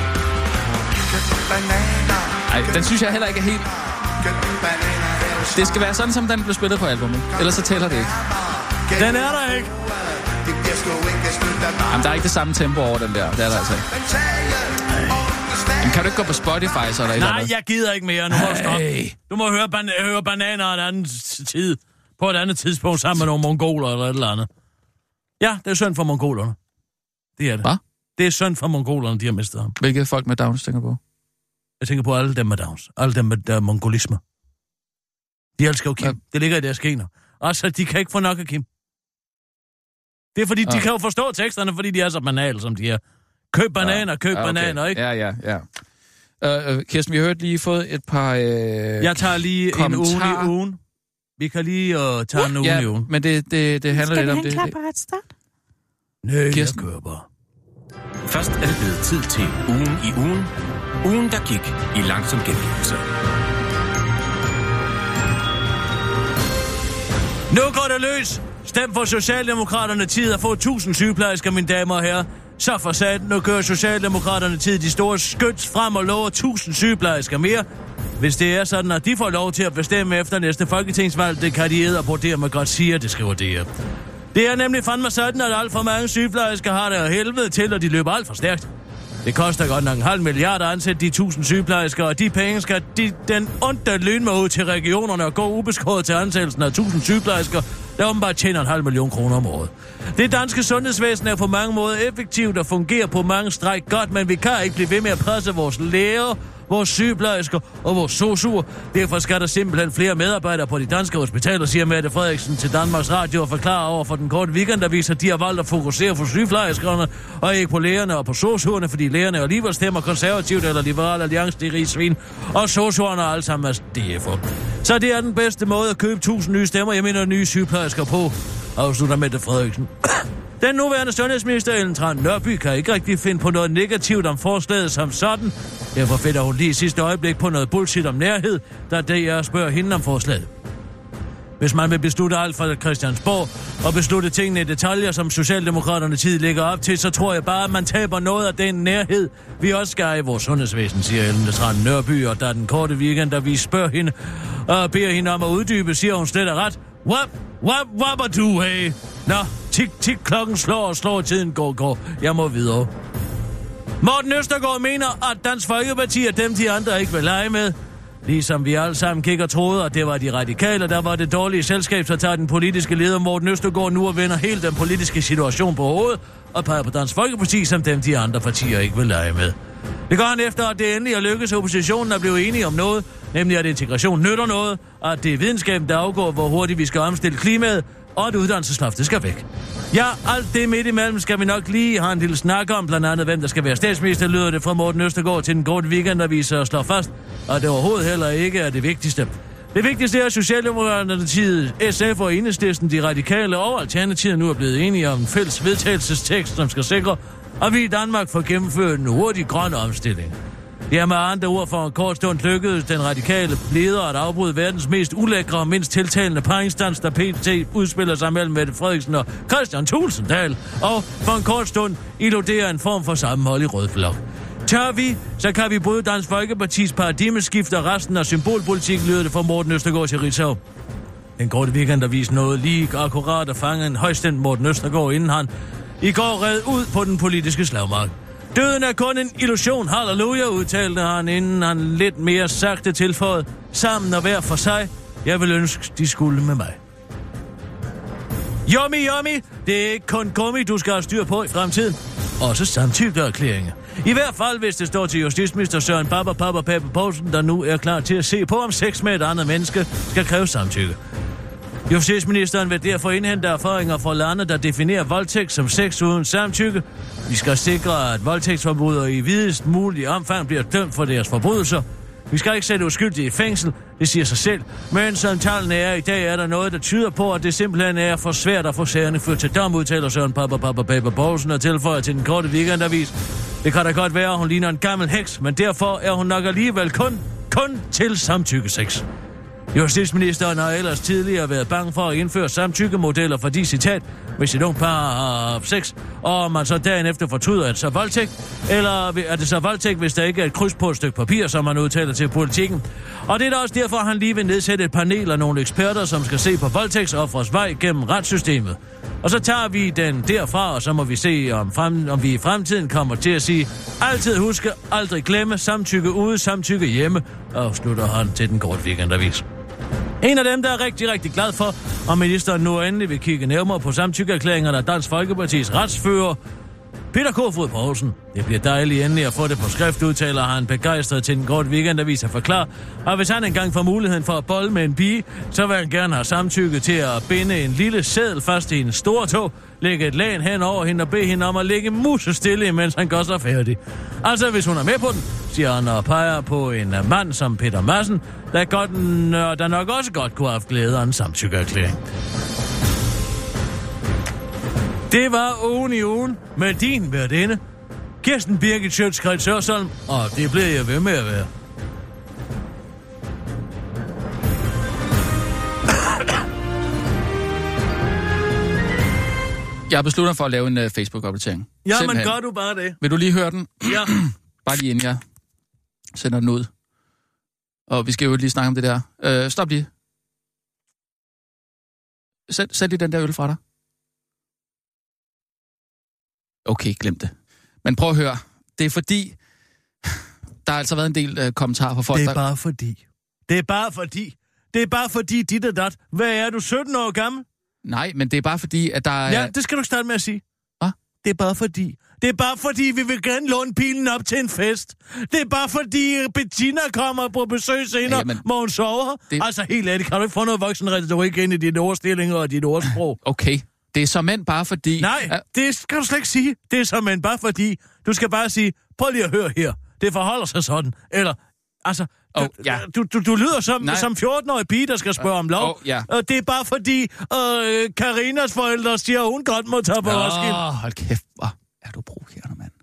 ej, den synes jeg heller ikke er helt... Det skal være sådan, som den blev spillet på albummet. Ellers så tæller det ikke.
Den er der ikke.
Jamen, der er ikke det samme tempo over den der. Det er der altså ikke. Men kan du ikke gå på Spotify, så er der et eller
Nej,
andet?
jeg gider ikke mere. Nu må du stoppe.
Hey.
Du må høre, ban- høre bananer en anden tid. På et andet tidspunkt sammen med nogle mongoler eller et eller andet. Ja, det er synd for mongolerne. Det er det.
Hvad?
Det er synd for mongolerne, de har mistet ham.
Hvilke folk med Downs tænker på?
Jeg tænker på alle dem med Downs. Alle dem med der mongolisme. De elsker jo Kim.
Ja.
Det ligger i deres gener. Altså, de kan ikke få nok af Kim. Det er fordi, de
Ja.
kan jo forstå teksterne, fordi de er så banale, som de er. Køb bananer, køb
Ja, okay.
bananer, ikke?
Ja, ja, ja. Uh, Kirsten, vi har hørt lige fået et par... Uh,
Jeg tager lige
kommentar.
en uge i ugen. Vi kan lige uh, tage en uge
ja,
i ugen.
men det, det, det handler
Skal
lidt
vi
om
have en
det.
klar på ret start?
Nej, jeg
Kirsten.
kører bare.
Først er det blevet tid til ugen i ugen. Ugen, der gik i langsom gengivelse.
Nu går det løs! Stem for Socialdemokraterne tid at få tusind sygeplejersker, mine damer og herrer. Så for sat, nu kører Socialdemokraterne tid de store skyts frem og lover tusind sygeplejersker mere. Hvis det er sådan, at de får lov til at bestemme efter næste folketingsvalg, det kan de æderbordere med godt sige, det skriver det her. Det er nemlig fandme sådan, at alt for mange sygeplejersker har det af helvede til, og de løber alt for stærkt. Det koster godt nok en halv milliard at ansætte de tusind sygeplejersker, og de penge skal de, den onde lyn med ud til regionerne og gå ubeskåret til ansættelsen af tusind sygeplejersker, der åbenbart tjener en halv million kroner om året. Det danske sundhedsvæsen er på mange måder effektivt og fungerer på mange stræk godt, men vi kan ikke blive ved med at presse vores læger, vores sygeplejersker og vores sosuer. Derfor skal der simpelthen flere medarbejdere på de danske hospitaler, siger Mette Frederiksen til Danmarks Radio og forklarer over for den korte weekendavis, at de har valgt at fokusere på sygeplejerskerne og ikke på lægerne og på sosuerne, fordi lægerne alligevel stemmer konservativt eller liberal alliance, de rige svin, og sosuerne er alle sammen af D F'er. Så det er den bedste måde at købe tusind nye stemmer, jeg mener nye sygeplejersker på, afslutter Mette Frederiksen. Den nuværende sundhedsminister Ellen Trane Nørby kan ikke rigtig finde på noget negativt om forslaget som sådan. Derfor finder hun lige i sidste øjeblik på noget bullshit om nærhed, da D R spørger hende om forslaget. Hvis man vil beslutte alt fra Christiansborg og beslutte tingene i detaljer, som Socialdemokraterne tid ligger op til, så tror jeg bare, at man taber noget af den nærhed, vi også skal i vores sundhedsvæsen, siger Ellen Trane Nørby, og da den korte weekend, da vi spørger hende og beder hende om at uddybe, siger hun slet og ret. Wap, wap, wap, du, hey. Nå, tik, tik, klokken slår og slår, tiden går, går. Jeg må videre. Morten Østergaard mener, at Dansk Folkeparti er dem, de andre ikke vil lege med. Ligesom vi alle sammen kigger troede, at det var de radikale, der var det dårlige selskab, så tager den politiske leder Morten Østergaard nu og vender hele den politiske situation på hovedet og peger på Dansk Folkeparti som dem, de andre partier ikke vil lege med. Det går han efter, at det endelig er lykkedes oppositionen at blive enige om noget, nemlig at integration nytter noget, at det er videnskaben, der afgår, hvor hurtigt vi skal omstille klimaet, og at uddannelsesloftet skal væk. Ja, alt det midt imellem skal vi nok lige have en lille snak om, blandt andet hvem der skal være statsminister, lyder det fra Morten Østergaard til den korte weekendavis og slår fast, og det overhovedet heller ikke er det vigtigste. Det vigtigste er, at Socialdemokraterne, S F og Enhedslisten, de radikale og Alternativet nu er blevet enige om en fælles vedtagelsestekst, som skal sikre, at vi i Danmark får gennemført en hurtig grøn omstilling. Det er med andre ord for en kort stund lykkedes den radikale leder at afbryde verdens mest ulækre og mindst tiltalende parringstans, der P T udspiller sig mellem Mette Frederiksen og Christian Tulsendal, og for en kort stund illuderer en form for sammenhold i rød flok. Tør vi, så kan vi bryde Dansk Folkepartis paradigmeskift og resten af symbolpolitik, lyder det fra Morten Østergaard til Ritzau. Den korte weekendavis nåede lige akkurat at fange en højstemt Morten Østergaard, inden han i går red ud på den politiske slagmark. Døden er kun en illusion, halleluja, udtalte han, inden han lidt mere sagte tilføjet. Sammen og hver for sig, jeg vil ønske, de skulle med mig. Yummy, yummy, det er ikke kun gummi, du skal have styr på i fremtiden. Også samtykkeerklæringer. I hvert fald, hvis det står til justitsminister Søren Baba Papa Pape Poulsen, der nu er klar til at se på, om sex med et andet menneske skal kræve samtykke. Justitsministeren vil derfor indhente erfaringer fra lande, der definerer voldtægt som sex uden samtykke. Vi skal sikre, at voldtægtsforbrydere i videst mulig omfang bliver dømt for deres forbrydelser. Vi skal ikke sætte uskyldige i fængsel, det siger sig selv. Men som tallene er i dag, er der noget, der tyder på, at det simpelthen er for svært at få sagerne ført til dom, udtaler Søren Papa Papa Pape Poulsen og tilføjer til den korte weekendavis. Det kan da godt være, at hun ligner en gammel heks, men derfor er hun nok alligevel kun, kun til samtykkesex. Justitsministeren har ellers tidligere været bange for at indføre samtykkemodeller, fordi, citat, hvis et ung par har sex, og man så dagen efter fortryder, at så voldtægt, eller er det så voldtægt, hvis der ikke er et kryds på et stykke papir, som man udtaler til Politikken. Og det er da også derfor, han lige vil nedsætte et panel af nogle eksperter, som skal se på voldtægtsoffres vej gennem retssystemet. Og så tager vi den derfra, og så må vi se, om, frem, om vi i fremtiden kommer til at sige, altid huske, aldrig glemme, samtykke ude, samtykke hjemme, afslutter han til den korte weekendavis. En af dem, der er rigtig, rigtig glad for, om ministeren nu endelig vil kigge nærmere på samtykkeerklæringerne af Dansk Folkepartis retsfører, Peter Kofod Poulsen. Det bliver dejligt endelig at få det på skrift, udtaler han begejstret til den korte weekendavis at forklare, og hvis han engang får muligheden for at bolle med en pige, så vil han gerne have samtykke til at binde en lille seddel fast i en stor tog, lægge et lagen hen over hende og bede hende om at ligge musestille, imens han gør sig færdig. Altså, hvis hun er med på den, siger han og peger på en mand som Peter Madsen, der, godt, der nok også godt kunne have haft glæde af en samtykkeerklæring. Det var ugen i ugen med din værtinde, Kirsten Birgit Sjøtskreds Hørsholm, og det bliver jeg ved med at være.
Jeg har besluttet for at lave en uh, Facebook-opdatering.
Ja, men gør du bare det.
Vil du lige høre den?
Ja.
Bare lige inden jeg sender den ud. Og vi skal jo lige snakke om det der. Uh, stop lige. Sæt, sæt lige den der øl fra dig. Okay, glem det. Men prøv at høre. det er fordi, der har altså været en del øh, kommentarer fra folk,
Det er
der...
bare fordi. Det er bare fordi. Det er bare fordi dit og dat. Hvad er du, sytten år gammel?
Nej, men det er bare fordi, at der er...
Ja, det skal du starte med at sige.
Hvad?
Det er bare fordi. Det er bare fordi, vi vil gerne låne bilen op til en fest. Det er bare fordi, Bettina kommer på besøg senere, ja, men... hvor hun sover. Det... Altså helt ærligt, kan du ikke få noget voksenretorik ind i dine ordstillinger og dit ordsprog?
Okay, det er såmænd bare fordi...
Nej,
at...
det skal du slet ikke sige. Det er såmænd bare fordi, du skal bare sige, prøv lige at høre her. Det forholder sig sådan. Eller, altså...
Oh, ja.
du, du, du lyder som, som fjorten-årig pige, der skal spørge om lov.
Oh, ja.
Og det er bare fordi, øh, Karinas forældre siger, at hun godt må tage på Roskilde.
Åh, hold kæft, hvor er du provokerende, mand.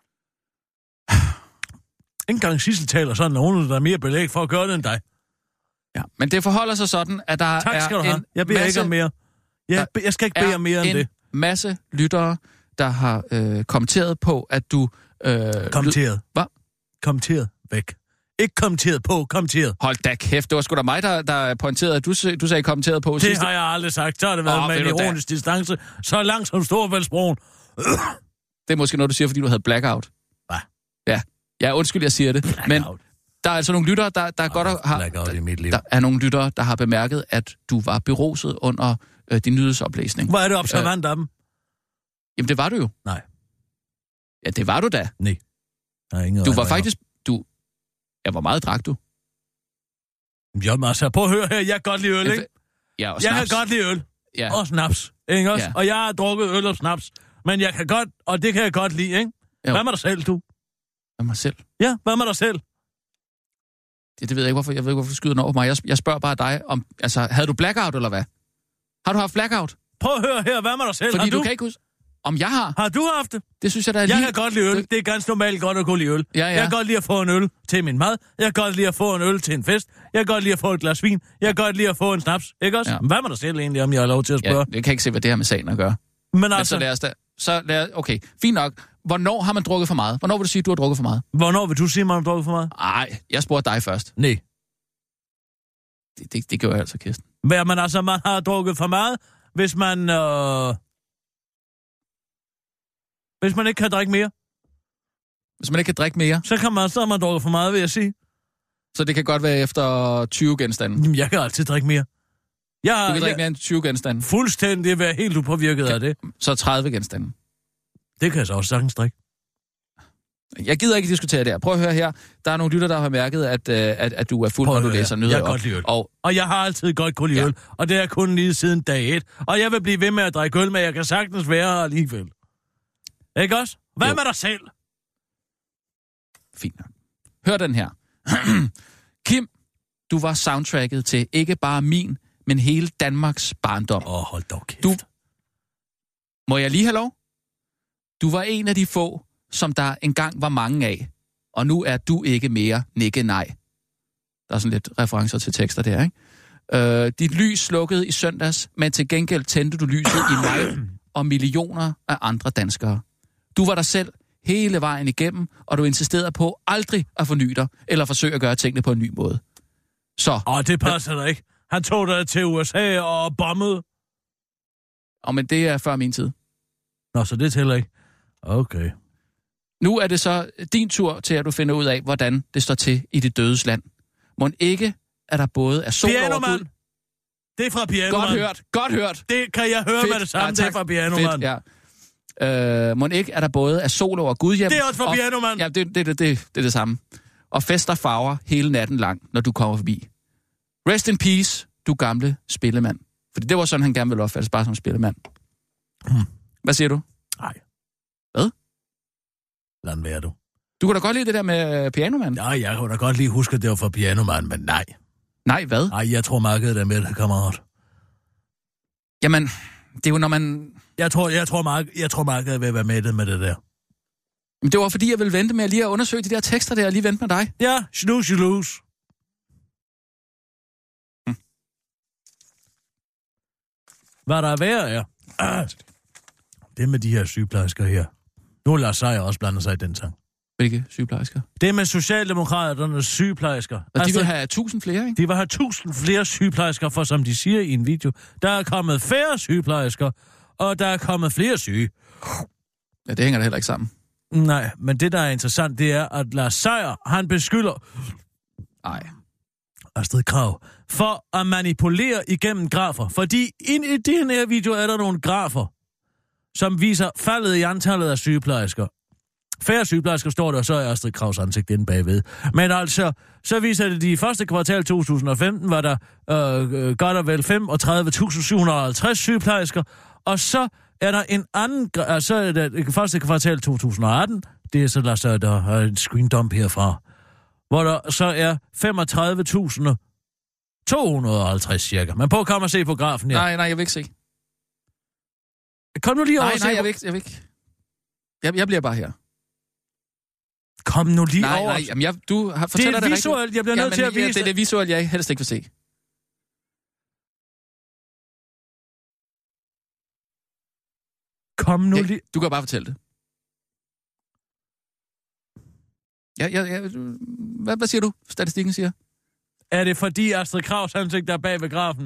Ikke engang Sissel taler sådan, og hun er der mere belæg for at gøre det end dig.
Ja, men det forholder sig sådan, at der
tak, skal
er
du have.
en
Jeg beder
masse,
ikke om mere. Jeg, jeg skal ikke bede om mere end det.
en masse lyttere, der har øh, kommenteret på, at du... Øh,
kommenteret.
Hvad?
Kommenteret væk. Ikke kommenteret på, kommenteret.
Hold da kæft, det var sgu da mig, der, der pointerede, at du, du sagde kommenteret på
det
sidste.
Det har jeg aldrig sagt. Så har det været oh, med en ironisk da. distance. Så langt som Storvældsbroen.
Det er måske noget, du siger, fordi du havde blackout.
Hvad?
Ja. Ja, undskyld, jeg siger det. Blackout. Men der er altså nogle lyttere, der, der oh, godt har...
Blackout i mit liv.
Der er nogle lyttere, der har bemærket, at du var beruset under øh, din nyhedsoplæsning.
Hvor er det observant
øh,
af dem?
Jamen, det var du jo.
Nej.
Ja, det var du da.
Nej.
Du var faktisk... Du... Ja, hvor meget drak du?
Jamen, altså, prøv at høre her. Jeg kan godt lide øl, ikke?
Ja, og
jeg
snaps.
kan godt lide øl.
Ja.
Og snaps, ikke også? Ja. Og jeg har drukket øl og snaps. Men jeg kan godt, og det kan jeg godt lide, ikke? Jo. Hvad med dig selv, du?
Hvad med mig selv?
Ja, hvad med dig selv?
Det, det ved jeg ikke, hvorfor, jeg ved ikke, hvorfor du skyder den over mig. Jeg, jeg spørger bare dig om, altså, havde du blackout, eller hvad? Har du haft blackout?
Prøv at høre her, hvad med dig selv?
Fordi
har
du
du
kan ikke huske... Om jeg har?
Har du haft det?
Det synes jeg, der er
jeg
lige...
kan godt lide øl. Det, det er ganske normalt godt at kunne lide øl.
Ja, ja.
Jeg kan godt lide at få en øl til min mad. Jeg kan godt lide at få en øl til en fest. Jeg kan godt lide at få et glas vin. Jeg kan godt lide at få en snaps. Ikke også? Ja. Hvad med dig selv egentlig, om jeg har lov til at spørge?
Ja, jeg kan ikke se, hvad det har med sagen at gøre.
Men altså...
Men så lad os da... Så lad os, okay, fint nok. Hvornår har man drukket for meget? Hvornår vil du sige, at du har drukket for meget?
Hvornår vil du sige, at man har drukket for meget?
Nej, jeg spurgte dig først.
Nej.
Det, det, det gør jeg altså, Kirsten.
Hvad, man altså, man har drukket for meget, hvis man... Øh... Hvis man ikke kan drikke mere.
Hvis man ikke kan drikke mere?
Så kan man, så har man drukket for meget, vil jeg sige.
Så det kan godt være efter tyve genstande?
Jamen, jeg kan altid drikke mere. Jeg,
du kan drikke
jeg,
mere end tyve genstande?
Fuldstændig være helt upåvirket
kan,
af det.
Så tredive genstande?
Det kan jeg så også sagtens drikke.
Jeg gider ikke diskutere det her. Prøv at høre her. Der er nogle lytter, der har mærket, at, at, at du er fuld, når du læser nyheder.
Jeg kan godt lide øl.
Og,
og jeg har altid godt kunne lide ja. øl. Og det er kun lige siden dag et. Og jeg vil blive ved med at drikke øl, men jeg kan sagtens være her alligevel. Ikke også? Hvad jo. med dig selv?
Fint. Hør den her. Kim, du var soundtracket til ikke bare min, men hele Danmarks barndom.
Åh, oh, hold dog kæft.
Du... Må jeg lige have lov? Du var en af de få, som der engang var mange af. Og nu er du ikke mere nikke nej. Der er sådan lidt referencer til tekster der, ikke? Øh, dit lys slukkede i søndags, men til gengæld tændte du lyset i mig og millioner af andre danskere. Du var dig selv hele vejen igennem, og du insisterede på aldrig at forny dig, eller forsøge at gøre tingene på en ny måde. Så...
Åh, det passer da ikke. Han tog dig til U S A og bombede.
Åh, men det er før min tid.
Nå, så det tæller ikke. Okay.
Nu er det så din tur til, at du finder ud af, hvordan det står til i det dødes land. Må ikke, at der både er sol over Gud...
Det er fra Pianoman.
Godt hørt, godt hørt.
Det kan jeg høre
Fedt.
med det samme, ja, det er fra Pianoman.
Fedt, ja. Øh, må ikke, at der både er sol over Gud hjem...
Det er også fra Pianoman.
Ja, det, det, det, det, det er det samme. Og fester farver hele natten lang, når du kommer forbi. Rest in peace, du gamle spillemand. Fordi det var sådan, han gerne ville opfattes, bare som spillemand.
Hmm.
Hvad siger du?
Nej.
Hvad?
Lad den være, du.
Du kan da godt lide det der med Pianoman?
Ja, jeg kan da godt lige huske, at det var fra Pianoman, men nej.
Nej, hvad?
Nej, jeg tror markedet er med det, kammerat.
Jamen, det er jo når man...
Jeg tror, jeg tror, mark- jeg tror markedet vil være med det med det der.
Men det var fordi, jeg ville vente med at lige at undersøge de der tekster der, og lige vente med dig.
Ja, snooze, you lose.
Hm.
Hvad der er værd, ja. Ah, det med de her sygeplejersker her. Nu lader sig også blande sig i den sang.
Hvilke sygeplejersker?
Det med socialdemokraternes sygeplejersker.
Og altså, de vil have tusind flere, ikke?
De vil have tusind flere sygeplejersker, for som de siger i en video, der er kommet færre sygeplejersker, og der er kommet flere syge.
Ja, det hænger da heller ikke sammen.
Nej, men det, der er interessant, det er, at Lars Seier, han beskylder...
Nej.
Astrid Krag, for at manipulere igennem grafer. Fordi ind i den her video er der nogle grafer, som viser faldet i antallet af sygeplejersker. Færre sygeplejersker står der, og så er Astrid Krags ansigt inde bagved. Men altså, så viser det, at i første kvartal to tusind og femten var der øh, godt og vel femogtredive tusind syv hundrede og halvtreds sygeplejersker, og så er der en anden, altså er det første kvartal to tusind og atten, det er så der, så der er en screen dump herfra, hvor der så er femogtredive tusind to hundrede og halvtreds cirka. Men på, kom og se på grafen her.
Nej, nej, jeg vil ikke se.
Kom nu lige over
Nej,
og se.
nej, jeg vil ikke. Jeg, vil ikke. Jeg, jeg bliver bare her.
Kom nu lige
nej,
over.
Nej, nej, jeg, du har fortæller
det er
det
visuelt,
rigtigt.
jeg bliver nødt
ja,
til at vise.
Ja, det er det visuelt, jeg helst ikke vil se.
Kom nu
jeg,
lige...
Du kan bare fortælle det. Ja, ja, ja. Hvad, hvad siger du, statistikken siger?
Er det fordi Astrid Krags ansigt der bag ved grafen?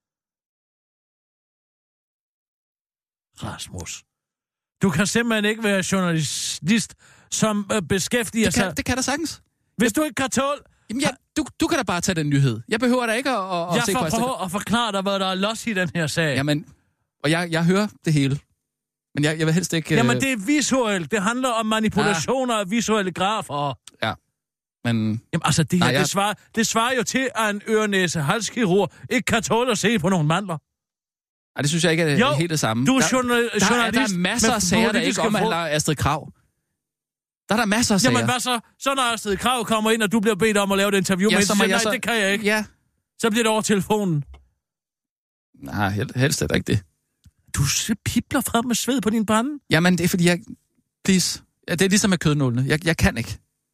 Rasmus. Du kan simpelthen ikke være journalist, som øh, beskæftiger
det kan,
sig...
Det kan der sagtens.
Hvis du ikke kan tåle...
Jamen, ja, du, du kan da bare tage den nyhed. Jeg behøver da ikke at, at
jeg
se på...
Jeg får prøve at forklare dig, hvad der er los i den her sag.
Jamen, og jeg, jeg hører det hele. Men jeg, jeg vil helst ikke...
Jamen, det er visuelt. Det handler om manipulationer af visuelle grafer.
Ja, men...
Jamen, altså, det, her,
Nej, jeg...
det, svarer, det svarer jo til, at en ørenæse-halskirurg ikke kan tåle at se på nogle mandler.
Ej, det synes jeg ikke er
jo,
helt det samme.
Du er
der,
journal-
der,
journalist.
Der er masser af sager, der ikke omhandler Astrid Krag. Der er der masser af sager.
Jamen, hvad så? Så når Astrid Krag kommer ind, og du bliver bedt om at lave et interview
ja,
med,
så
så,
jeg
nej,
så...
det kan jeg ikke.
Ja.
Så bliver det over telefonen.
Nej, helst er det ikke det.
Du pipler frem med sved på din pande.
Jamen, det er fordi, jeg... Please. Ja, det er ligesom med kødnålene. Jeg, jeg kan ikke.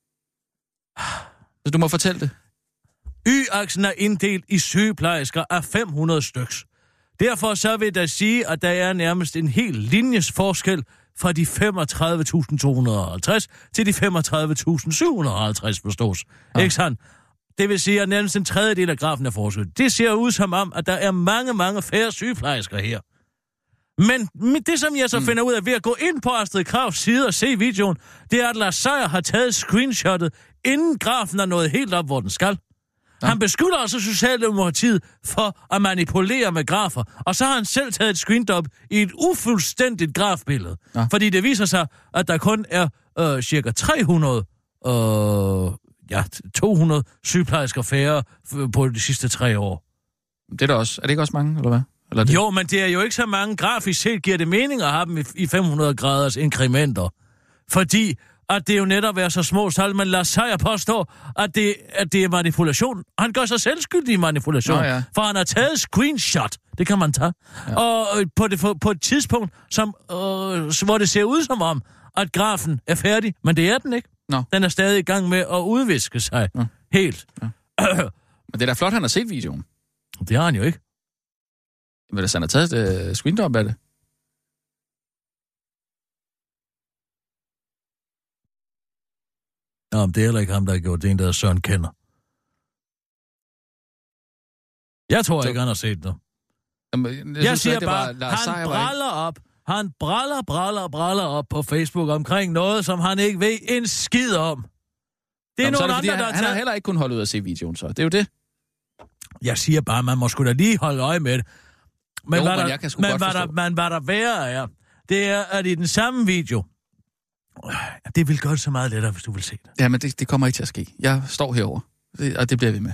Så du må fortælle det.
Y-aksen er inddelt i sygeplejersker af fem hundrede styks. Derfor så vil jeg sige, at der er nærmest en hel linjes forskel fra de femogtredive tusind to hundrede og halvtreds til de femogtredive tusind syv hundrede og halvtreds, forstås. Ja. Ikke sandt? Det vil sige, at nærmest en tredjedel af grafen er forskel. Det ser ud som om, at der er mange, mange færre sygeplejersker her. Men det, som jeg så mm. finder ud af ved at gå ind på Astrid Krags side og se videoen, det er, at Lars Seier har taget screenshottet, inden grafen er nået helt op, hvor den skal. Ja. Han beskylder altså Socialdemokratiet for at manipulere med grafer, og så har han selv taget et screenshot i et ufuldstændigt grafbillede. Ja. Fordi det viser sig, at der kun er øh, cirka tre hundrede, øh, ja, to hundrede sygeplejersker færre på de sidste tre år.
Det er der også. Er det ikke også mange, eller hvad? Eller det?
Jo, men det er jo ikke så mange. Grafisk set giver det mening at have dem i fem hundrede graders inkrementer. Fordi at det jo netop er så små tal, men Lars Seier påstår, at det, at det er manipulation. Han gør sig selv skyldig i manipulation, Nå, ja. For han har taget screenshot. Det kan man tage. Ja. Og på, det, på et tidspunkt, som, øh, hvor det ser ud som om, at grafen er færdig, men det er den ikke.
Nå.
Den er stadig i gang med at udviske sig. Ja. Helt. Ja.
Men det er da flot, han har set videoen.
Det har han jo ikke.
Men hvis han har taget et uh, screendump af det?
Nå, det er heller ikke ham, der har gjort det. En, der er Søren Kender. Jeg tror så... ikke, han har set det.
Jamen, jeg,
jeg
synes,
siger
det
bare,
var,
han braller op. Han braller, braller, braller op på Facebook omkring noget, som han ikke ved en skid om. Det er
Jamen,
nogle
er det,
andre,
han,
der
han
taget...
har heller ikke kun holdt ud at se videoen, så. Det er jo det.
Jeg siger bare, man må sgu da lige holde øje med det. Men
jo,
hvad
men
der,
jeg kan sgu
men,
godt
hvad der, men hvad der værre er, det er, at i den samme video... Det vil gøre det så meget lettere, hvis du vil se det.
Ja, men det, det kommer ikke til at ske. Jeg står herover, og det bliver vi med.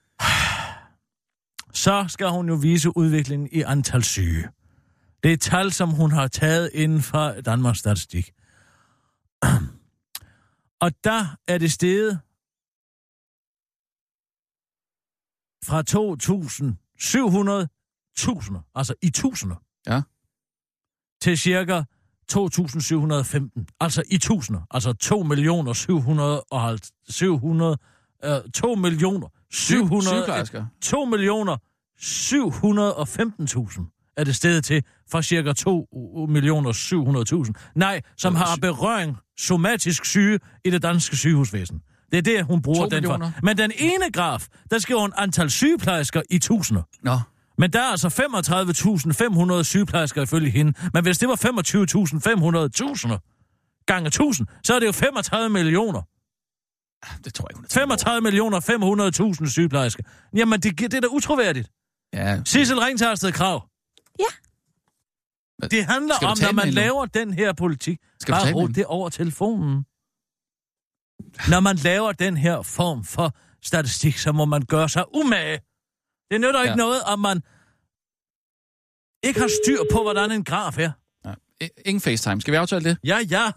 Så skal hun jo vise udviklingen i antal syge. Det er et tal, som hun har taget inden for Danmarks Statistik. Og der er det steget fra to tusind syv hundrede tusind, altså i tusinder,
ja,
til cirka to tusind syv hundrede og femten, altså i tusinder, altså to millioner syv hundrede og syv hundrede, to millioner syv hundrede, to millioner syv hundrede og femten tusind er det stedet til fra cirka to millioner syv hundrede tusind. Nej, som har berøring somatisk syge i det danske sygehusvæsen. Det er det, hun bruger den for. Men den ene graf, der skriver hun antal sygeplejersker i tusinder.
Nå.
Men der er altså femogtredive tusind fem hundrede sygeplejersker ifølge hende. Men hvis det var femogtyve tusind fem hundrede tusinder, gange tusind, så er det jo femogtredive millioner.
Det tror jeg ikke.
femogtredive millioner fem hundrede tusind sygeplejersker. Jamen, det, det er da utroværdigt.
Ja.
Sissel, ring til Astrid Krag.
Ja.
Det handler om, når man laver den her politik.
Skal
bare råd det over telefonen. Når man laver den her form for statistik, så må man gøre sig umage. Det nytter ikke ja. noget, om man ikke har styr på, hvordan en graf er.
Ja. Ingen FaceTime. Skal vi aftale det?
Ja, ja.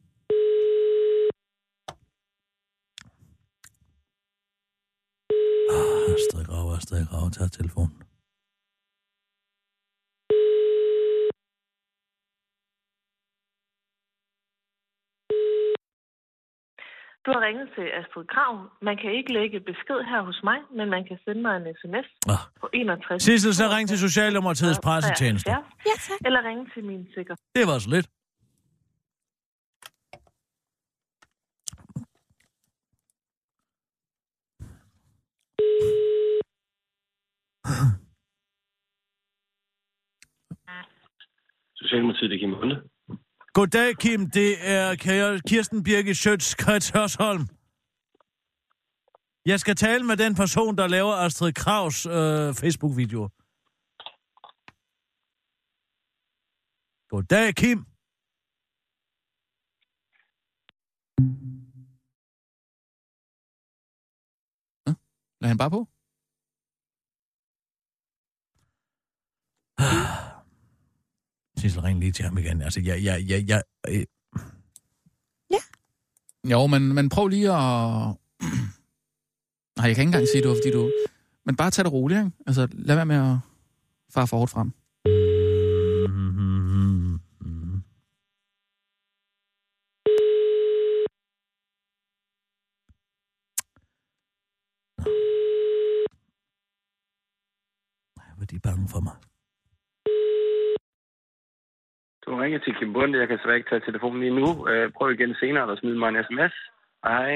Astrid Krag, Astrid Krag, tag telefonen.
Du har ringet til Astrid Krag. Man kan ikke lægge besked her hos mig, men man kan sende mig en sms ah. på enogtres.
Sissel, så ring til Socialdemokratiets pressetjeneste.
Ja, tak. Eller ring til min sikker.
Det var så lidt.
Socialdemokratiet, det er Kim Munde.
Goddag, Kim. Det er Kirsten Birgit Schiøtz Hørsholm. Jeg skal tale med den person, der laver Astrid Krags øh, Facebook-videoer. Goddag, Kim.
Ja, lad han bare på.
Sissel, ring lige til ham igen. Altså, jeg... jeg, jeg, jeg øh...
Ja.
Jo, men, men prøv lige at... Nej, jeg kan ikke engang sige, det var, fordi du... Men bare tag det roligt, ikke? Altså, lad være med at fare for hårdt frem.
Mm-hmm. Hvor er de bange for mig?
Du ringer til Kim Bunde. Jeg kan svært ikke tage telefonen lige nu. Prøv igen senere, eller smid mig en sms. Hej.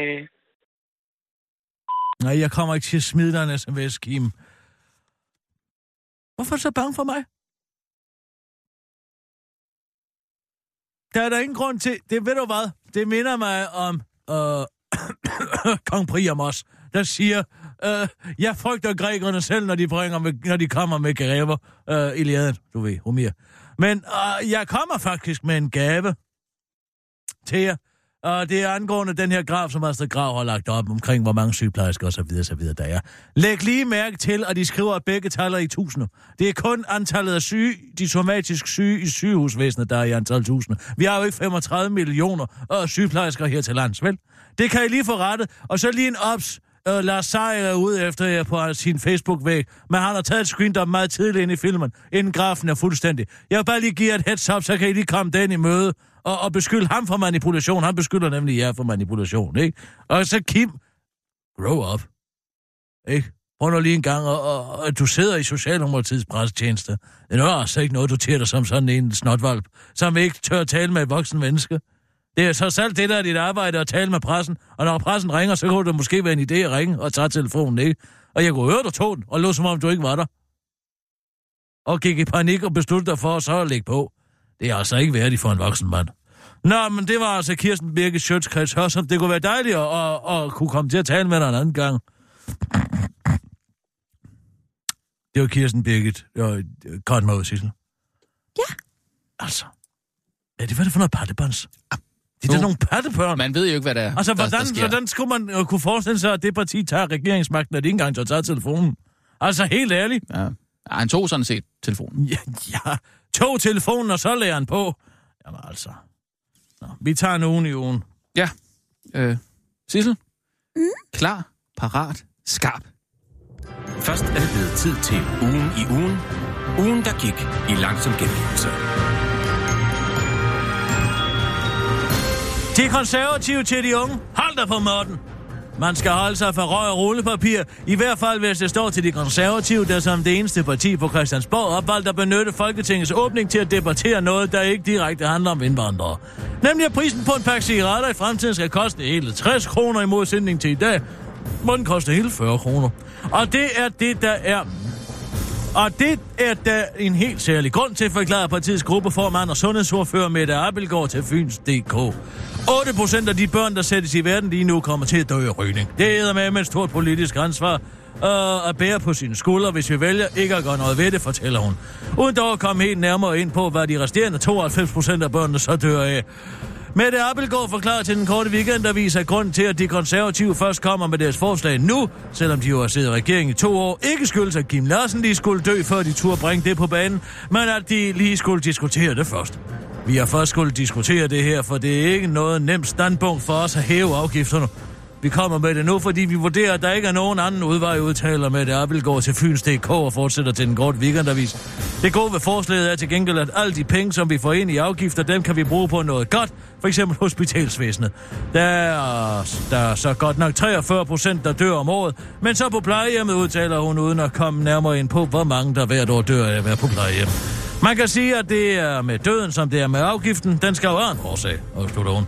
Nej, jeg kommer ikke til at smide dig en sms, Kim. Hvorfor er du så bange for mig? Der er der ingen grund til... Det ved du hvad? Det minder mig om øh, Kong Priamos, der siger, øh, jeg frygter grækerne selv, når de, bringer med, når de kommer med gaver. Øh, Iliaden, du ved, Homer. Men øh, jeg kommer faktisk med en gave til jer. Og det er angående den her graf, som Astrid Krag har lagt op omkring, hvor mange sygeplejersker og så videre, så videre der er. Læg lige mærke til, at de skriver, at begge taler i tusinder. Det er kun antallet af syge, de somatisk syge i sygehusvæsenet, der er i antal tusinder. Vi har jo ikke femogtredive millioner øh, sygeplejersker her til lands, vel? Det kan I lige få rettet. Og så lige en ops. Uh, Lars Seier er ude efter jer på sin Facebook-væg, men han har taget et screen, der er meget tidligt ind i filmen, inden grafen er fuldstændig. Jeg vil bare lige give jer et heads up, så kan I lige komme den i møde og, og beskylde ham for manipulation. Han beskylder nemlig jer for manipulation, ikke? Og så Kim, grow up, ikke? Prøv nu lige en gang, og, og, og du sidder i Socialdemokratiets pressetjeneste. Det er altså ikke noget, du tager dig som sådan en snotvalp, som ikke tør at tale med et voksen menneske. Det er så selv det, der er dit arbejde at tale med pressen. Og når pressen ringer, så kunne det måske være en idé at ringe og tage telefonen, ikke? Og jeg kunne høre dig tog den, og lå som om du ikke var der. Og gik i panik og besluttede dig for så at lægge på. Det er altså ikke værdigt for en voksen mand. Nå, men det var altså Kirsten Birgit Schiøtz Hørsholm. Det kunne være dejligt at, at, at kunne komme til at tale med dig en anden gang. Det var Kirsten Birgit. Godt med ud, Sissel.
Ja.
Altså. Ja, det var det for noget pattebånds. Det er uh, nogle pattebørn.
Man ved jo ikke, hvad det er.
Altså, hvordan,
der, der
hvordan skulle man uh, kunne forestille sig, at det parti tager regeringsmagten, at de ikke engang tør tage telefonen? Altså, helt ærligt.
Ja. Ja, han tog sådan set telefonen.
Ja, ja. Tog telefonen, og så lagde han på. Jamen altså. Nå, vi tager en ugen i ugen.
Ja. Øh, Sissel? Mm? Klar, parat, skarp.
Først er det blevet tid til ugen i ugen. Ugen, der gik i langsom gengivelse.
De konservative til de unge. Hold dig på måtten. Man skal holde sig for røg og rullepapir. I hvert fald, hvis det står til de konservative, der som det eneste parti på Christiansborg opvalgt at benytte Folketingets åbning til at debattere noget, der ikke direkte handler om indvandrere. Nemlig at prisen på en pakke cigaretter i fremtiden skal koste hele tres kroner i modsætning til i dag, hvor den koster hele fyrre kroner. Og det er det, der er Og det er der en helt særlig grund til, forklarer partiets gruppeformand og sundhedsordfører Mette Abildgaard til Fyns punktum d k. otte procent af de børn, der sættes i verden lige nu, kommer til at dø af rygning. Det er med med et stort politisk ansvar øh, at bære på sine skuldre, hvis vi vælger ikke at gøre noget ved det, fortæller hun. Uden dog at komme helt nærmere ind på, hvad de resterende tooghalvfems procent af børnene så dør af. Mette Abildgaard forklarer til den korte weekendavis, at grunden til, at de konservative først kommer med deres forslag nu, selvom de jo har siddet i regeringen i to år, ikke skyldes, at Kim Larsen lige skulle dø, før de turde bringe det på banen, men at de lige skulle diskutere det først. Vi har først skulle diskutere det her, for det er ikke noget nemt standpunkt for os at hæve afgifterne. Vi kommer med det nu, fordi vi vurderer, at der ikke er nogen anden udvej, udtaler Mette Abildgaard til Fyns punktum d k og fortsætter til den korte weekendavis. Det gode ved forslaget er til gengæld, at alle de penge, som vi får ind i afgifter, dem kan vi bruge på noget godt, for eksempel hospitalsvæsenet. Der er, der er så godt nok treogfyrre procent, der dør om året, men så på plejehjemmet, udtaler hun, uden at komme nærmere ind på, hvor mange der hvert år dør af at være på plejehjem. Man kan sige, at det er med døden, som det er med afgiften. Den skal jo have en årsag, afslutter hun.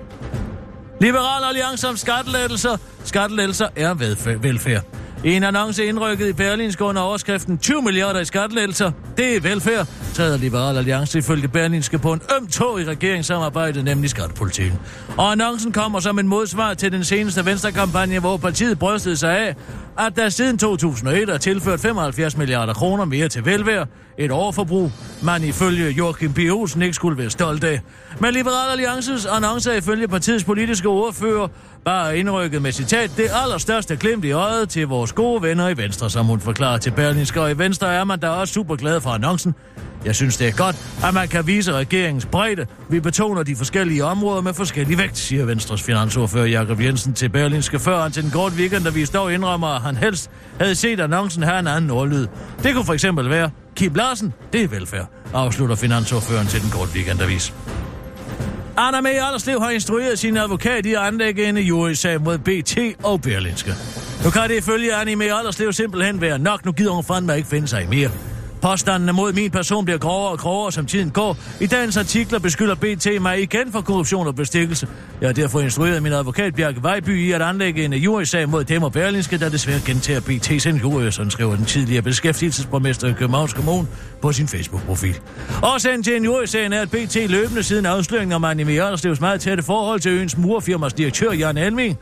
Liberal Alliance om skattelettelser. Skattelettelser er velfærd. I en annonce indrykket i Berlingske under overskriften tyve milliarder i skattelettelser. Det er velfærd, træder Liberal Alliance ifølge Berlingske på en øm tog i regeringssamarbejdet, nemlig skattepolitikken. Og annoncen kommer som en modsvar til den seneste venstrekampagne, hvor partiet brystede sig af, at der siden to tusind og et er tilført femoghalvfjerds milliarder kroner mere til velfærd, et overforbrug, man ifølge Joachim B. Olsen ikke skulle være stolt af. Men Liberal Alliances annonce er ifølge partiets politiske ordfører bare indrykket med citat, det allerstørste glimt i øjet til vores gode venner i Venstre, som hun forklarer til Berlingske, og i Venstre er man da også super glad for annoncen. Jeg synes, det er godt, at man kan vise regeringens bredde. Vi betoner de forskellige områder med forskellig vægt, siger Venstres finansordfører Jakob Jensen til Berlingske, før han til den korte weekend, der vi står indrømmer, at han helst havde set annoncen her en anden ordlyd. Det kunne for eksempel være, Kim Larsen, det er velfærd, afslutter finansordføreren til den korte weekendavis. Anna May Allerslev har instrueret sin advokat i at anlægge en jurysag mod B T og Berlingske. Nu kan det ifølge Anna May Allerslev simpelthen være nok, nu gider hun fandme ikke finde sig mere. Påstandene mod min person bliver grovere og grovere, som tiden går. I dagens artikler beskylder B T mig igen for korruption og bestikkelse. Jeg har derfor instrueret min advokat Bjarke Vejby i at anlægge en jurysag mod dem og Berlingske, der desværre gentager B T's injurier, sådan skriver den tidligere beskæftigelsesborgmester i Københavns Kommune på sin Facebook-profil. Årsagen til jurysagen er, at B T løbende siden afsløringen om Anne Mie Alderslevs meget tætte forhold til øens murfirmas direktør Jan Elming,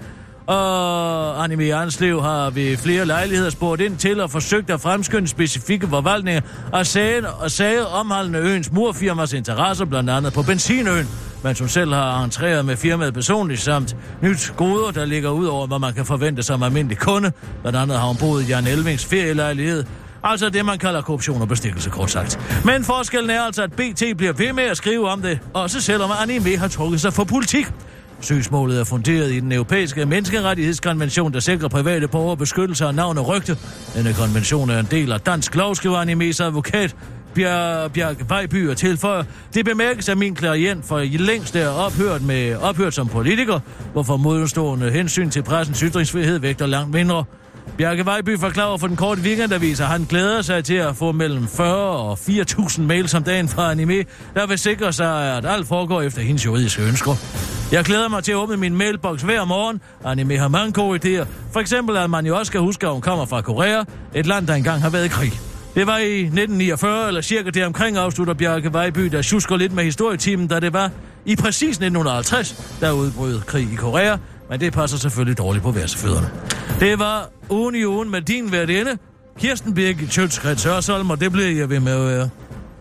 og Anne Mie Alderslev har ved flere lejligheder spurgt ind til og forsøgt at fremskynde specifikke forvaltninger og sager, og sager omhandlende øens murfirmas interesser, blandt andet på benzinøen, mens hun selv har entreret med firmaet personligt samt nyt goder, der ligger ud over, hvad man kan forvente som almindelig kunde. Blandt andet har hun boet i Jan Elmings ferielejlighed. Altså det, man kalder korruption og bestikkelse, kort sagt. Men forskellen er altså, at B T bliver ved med at skrive om det, også selvom Anne Mie har trukket sig for politik. Søgsmålet er funderet i den europæiske menneskerettighedskonvention, der sikrer private borgere beskyttelse af navn og rygte. Denne konvention er en del af dansk lov, skriver Anne Mies advokat Bjarke Bjarke Vejby og tilføjer. Det bemærkes, at min klient for i længst er ophørt, med, ophørt som politiker, hvorfor modstående hensyn til pressens ytringsfrihed vægter langt mindre. Bjarke Vejby forklarer for den korte weekendavis, at han glæder sig til at få mellem fyrre og fire tusind mails om dagen fra Anne Mie, der vil sikre sig, at alt foregår efter hendes juridiske ønsker. Jeg glæder mig til at åbne min mailbox hver morgen. Anne Mie har mange gode idéer. For eksempel, at man jo også skal huske, at hun kommer fra Korea, et land, der engang har været i krig. Det var i nitten niogfyrre, eller cirka det omkring, afslutter Bjarke Vejby, der tjusker lidt med historietimen, da det var i præcis nitten halvtreds, der udbrød krig i Korea, men det passer selvfølgelig dårligt på værsefødderne. Det var ugen i ugen med din værtinde, Kirsten Birgit Schøtz-Krets Hørsholm, og det bliver jeg ved med at være.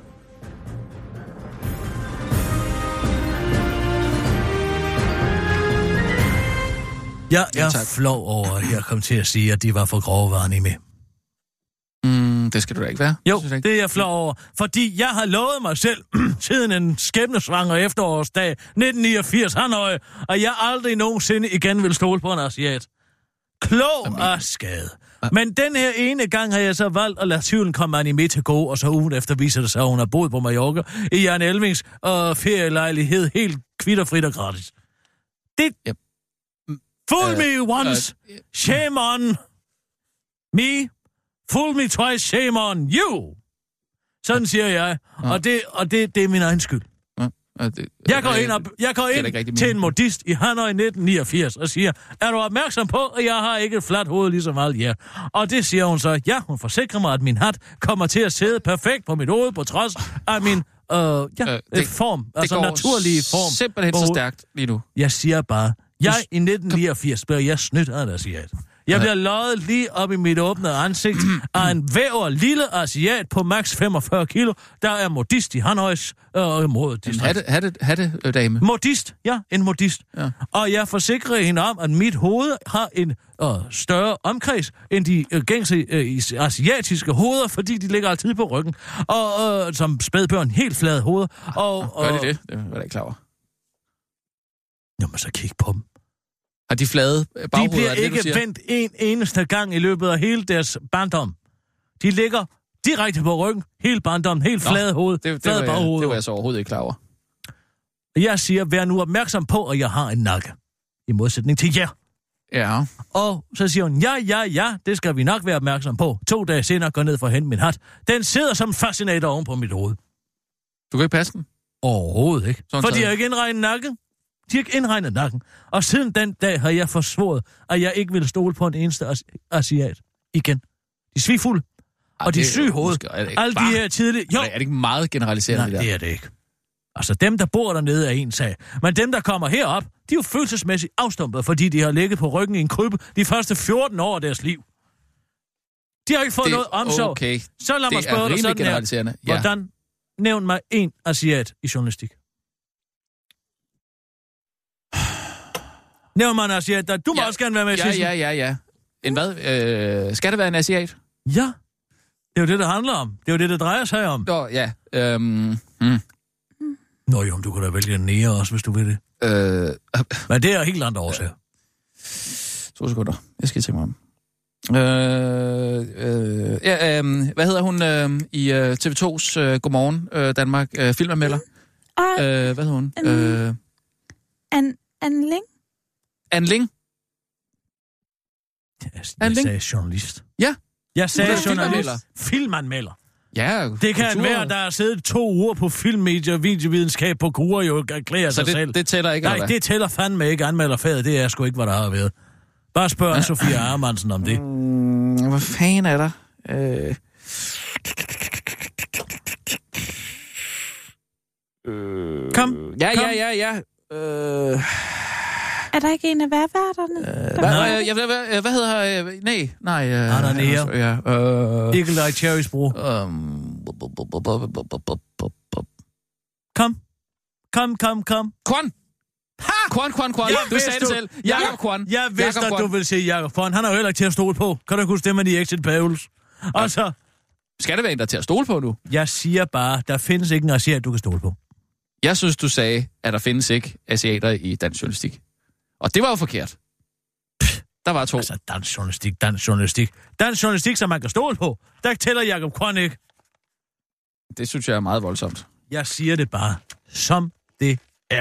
Jeg er ja, flov over, at jeg kom til at sige, at de var for grove var Anne Mie.
Mm, det skal du da ikke være.
Jo, det er jeg flov over, fordi jeg har lovet mig selv, siden en skæbnesvanger efterårsdag nitten niogfirs Hanoi, og jeg aldrig nogensinde igen vil stole på en asiat. Klog og skade. Men den her ene gang har jeg så valgt at lade tvivlen komme Anne Mie til gode, og så ugen efter viser det sig, at hun har boet på Mallorca i Jan Elmings og ferielejlighed helt kvitterfrit og gratis. Det... Yep. Fool uh, me once, uh, shame on me. Fool me twice, shame on you. Sådan siger jeg. Og det, og det, det er min egen skyld.
Det,
jeg går
øh,
ind, op, jeg går ind til en modist i Hanoi nitten niogfirs og siger, er du opmærksom på, at jeg har ikke et fladt hoved ligesom alt jer? Og det siger hun så, ja, hun forsikrer mig, at min hat kommer til at sidde perfekt på mit hoved, på trods af min øh, ja, øh, det, form, det altså naturlige form.
Simpelthen så stærkt lige nu.
Jeg siger bare, jeg i nitten niogfirs blev jeg snydt af en asiat. Jeg bliver løjet lige op i mit åbne ansigt af en væver lille asiat på maks femogfyrre kilo, der er modist i Hanois øh, modedistrikt.
Hatte, hatte, hatte dame.
Modist, ja, en modist. Ja. Og jeg forsikrer hende om, at mit hoved har en øh, større omkreds end de øh, gængse øh, asiatiske hoveder, fordi de ligger altid på ryggen. Og øh, som spædbørn, helt flade hoveder. Og,
og, Gør de det? Det var jeg ikke klar over.
Jamen, så kig på dem.
Har de flade baghoveder?
De bliver
det,
ikke
det,
vendt en eneste gang i løbet af hele deres barndom. De ligger direkte på ryggen, hele barndommen, helt
Nå,
flade hoved,
det, det,
flade
var jeg,
baghoved.
det var jeg så overhovedet ikke klar over.
Jeg siger, vær nu opmærksom på, at jeg har en nakke. I modsætning til jer.
Ja.
Og så siger hun, ja, ja, ja, det skal vi nok være opmærksom på. To dage senere går ned for at hente min hat. Den sidder som fascinator oven på mit hoved.
Du kan ikke passe den?
Overhovedet ikke.
Sådan
For de
taget.
har ikke indregnet nakken. De har ikke indregnet nakken. Og siden den dag har jeg forsvoret, at jeg ikke ville stole på en eneste asi- asiat. Igen. De er svigfulde.
Ej,
og de er syge hoved. Alle de her tidlige... Jo.
Er det ikke meget generaliserende?
Nej, det, det er det ikke. Altså, dem, der bor dernede, er en sag. Men dem, der kommer herop, de er jo følelsesmæssigt afstumpet, fordi de har ligget på ryggen i en krybbe de første fjorten år af deres liv. De har ikke fået
det,
noget omsorg.
Okay.
Så lad mig spørge dig sådan her.
Ja.
Hvordan nævn mig en asiat i journalistik? Nævn mig en asiat, der du må
ja,
også gerne være med,
ja,
Sissel.
Ja, ja, ja. En hvad? Øh, skal det være en asiat?
Ja. Det er jo det, det handler om. Det er jo det, det drejer sig om.
Nå, ja. Øhm, hmm.
Nå jo, du kan da vælge en nære også, hvis du vil det.
Øh,
Men det er helt andre årsager.
To sekunder. Jeg skal tænke mig om. Øh, øh, ja, øh, hvad hedder hun øh, i øh, T V to's øh, Godmorgen øh, Danmark øh, filmanmelder?
Uh,
øh, hvad hedder hun?
En,
øh,
Anne An Ling?
Anne Ling?
Jeg, jeg sagde journalist.
Ja.
Jeg sagde
ja,
journalist. Filmanmelder.
Ja,
det kan kultur... være, der har siddet to uger på filmmedier og videovidenskab på Kura jo erklærer sig
det,
selv.
det tæller ikke,
Nej, det tæller fandme ikke anmelderfaget. Det er sgu ikke, hvad der har været. Bare spørg ja. Sofia Armandsen om det.
Mm, hvad fanden er der? Øh...
Øh... Kom.
Ja,
kom.
ja, ja, ja. Øh...
Er der ikke en af værværterne?
Øh, hvad, øh, hvad, hvad hedder... Øh, nej, nej. Øh,
ah, der er nære.
Ja, øh...
Nikolaj Cherrys bror.
Um...
Kom. Kom, kom, kom.
Kwan! Kwan, Kwan, Kwan. Du sagde det selv. Jakob Kwan.
Jeg vidste, at du ville sige Jakob Kwan. Han er jo heller ikke til at stole på. Kan du huske det med de Exit Pavels? Og så...
Skal det være en, der er til at stole på nu?
Jeg siger bare, der findes ikke en asiat, du kan stole på.
Jeg synes, du sagde, at der findes ikke asiater i dansk journalistik. Og det var jo forkert. Pff, der var to.
Altså, dansk journalistik, dansk journalistik. Dansk journalistik, som man kan stole på. Der tæller Jakob Kwan ikke.
Det synes jeg er meget voldsomt.
Jeg siger det bare, som det er.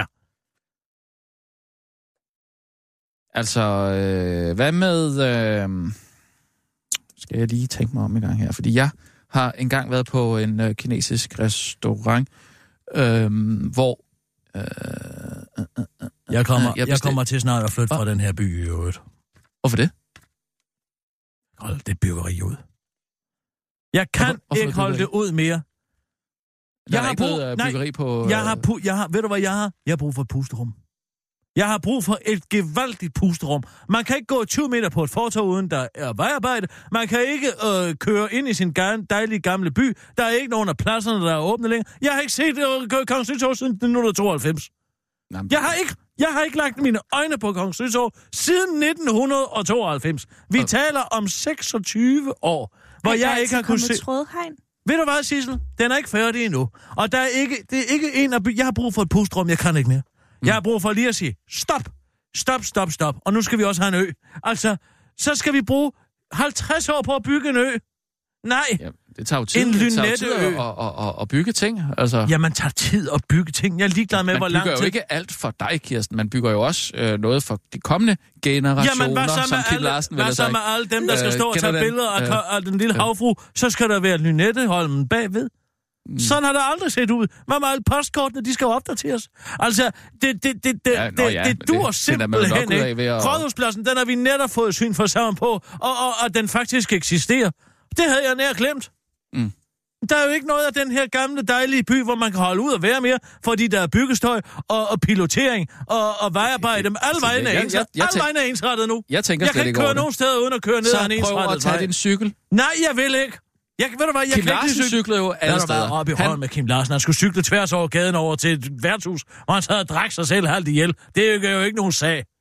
Altså, øh, hvad med... Øh, skal jeg lige tænke mig om en gang her? Fordi jeg har engang været på en øh, kinesisk restaurant, øh, hvor... Øh, øh, øh, øh,
jeg kommer,
jeg,
jeg kommer til snart at flytte fra den her by i øvrigt.
Hvorfor det?
Hold det byggeri ud. Jeg kan
hvorfor, hvorfor
ikke holde det ud mere.
Jeg har brug, byggeri på...
Jeg har, pu- jeg har, ved du hvad jeg har? Jeg har brug for et pusterum. Jeg har brug for et gevaldigt pusterum. Man kan ikke gå tyve meter på et fortov, uden der er vejarbejde. Man kan ikke øh, køre ind i sin dejlige gamle by. Der er ikke nogen af pladserne, der er åbne længere. Jeg har ikke set øh, Kongens Nytorv siden nitten tooghalvfems. Jamen, jeg har ikke... Jeg har ikke lagt mine øjne på Kongens Nytorv siden nitten tooghalvfems. Vi og... taler om seksogtyve år, hvor jeg, jeg ikke har kunnet se...
Trådhegn.
Ved du hvad, Sissel? Den er ikke færdig endnu. Og der er ikke, det er ikke en af... Jeg har brug for et pusterum, jeg kan ikke mere. Jeg har brug for lige at sige, stop, stop, stop, stop. Og nu skal vi også have en ø. Altså, så skal vi bruge halvtreds år på at bygge en ø. Nej.
Ja, det tager jo tid.
En
Lynetteø. At, at, at, at bygge ting. Altså.
Ja, man tager tid at bygge ting. Jeg er ligeglad med,
man
hvor lang tid...
Man bygger jo ikke alt for dig, Kirsten. Man bygger jo også øh, noget for de kommende generationer,
Jamen, hvad så med
som Kim
alle,
Larsen vil
have sagt. Hvad så med alle dem, der skal stå og tage billeder af,
øh,
af den lille havfru? Så skal der være Lynetteholmen bagved. Mm. Sådan har det aldrig set ud. Hvad med alle postkortene, de skal jo opdateres. Altså, det, det, det, det,
ja,
det,
ja,
det dur
det,
simpelthen
ikke.
At... Rådhuspladsen, den har vi netop fået syn for sammen på, og, og, og den faktisk eksisterer. Det havde jeg nær glemt. Mm. Der er jo ikke noget af den her gamle, dejlige by, hvor man kan holde ud og være mere, fordi der er byggestøj og, og pilotering og, og vejarbejde. Men alle vejene er, ensret, alle vejene er ensrettet nu.
Jeg, tænker
jeg kan ikke køre nogen steder uden at køre ned ad en ensrettet vej.
Så prøv at tage din cykel.
Nej, jeg vil ikke. Jeg, ved du hvad, jeg
Kim
kan
Larsen
ikke
cykler jo alle steder.
Der var op i hånden med Kim Larsen. Han skulle cykle tværs over gaden over til et værtshus, hvor han sad og drak sig selv halvt ihjel. Det er jo ikke nogen sag.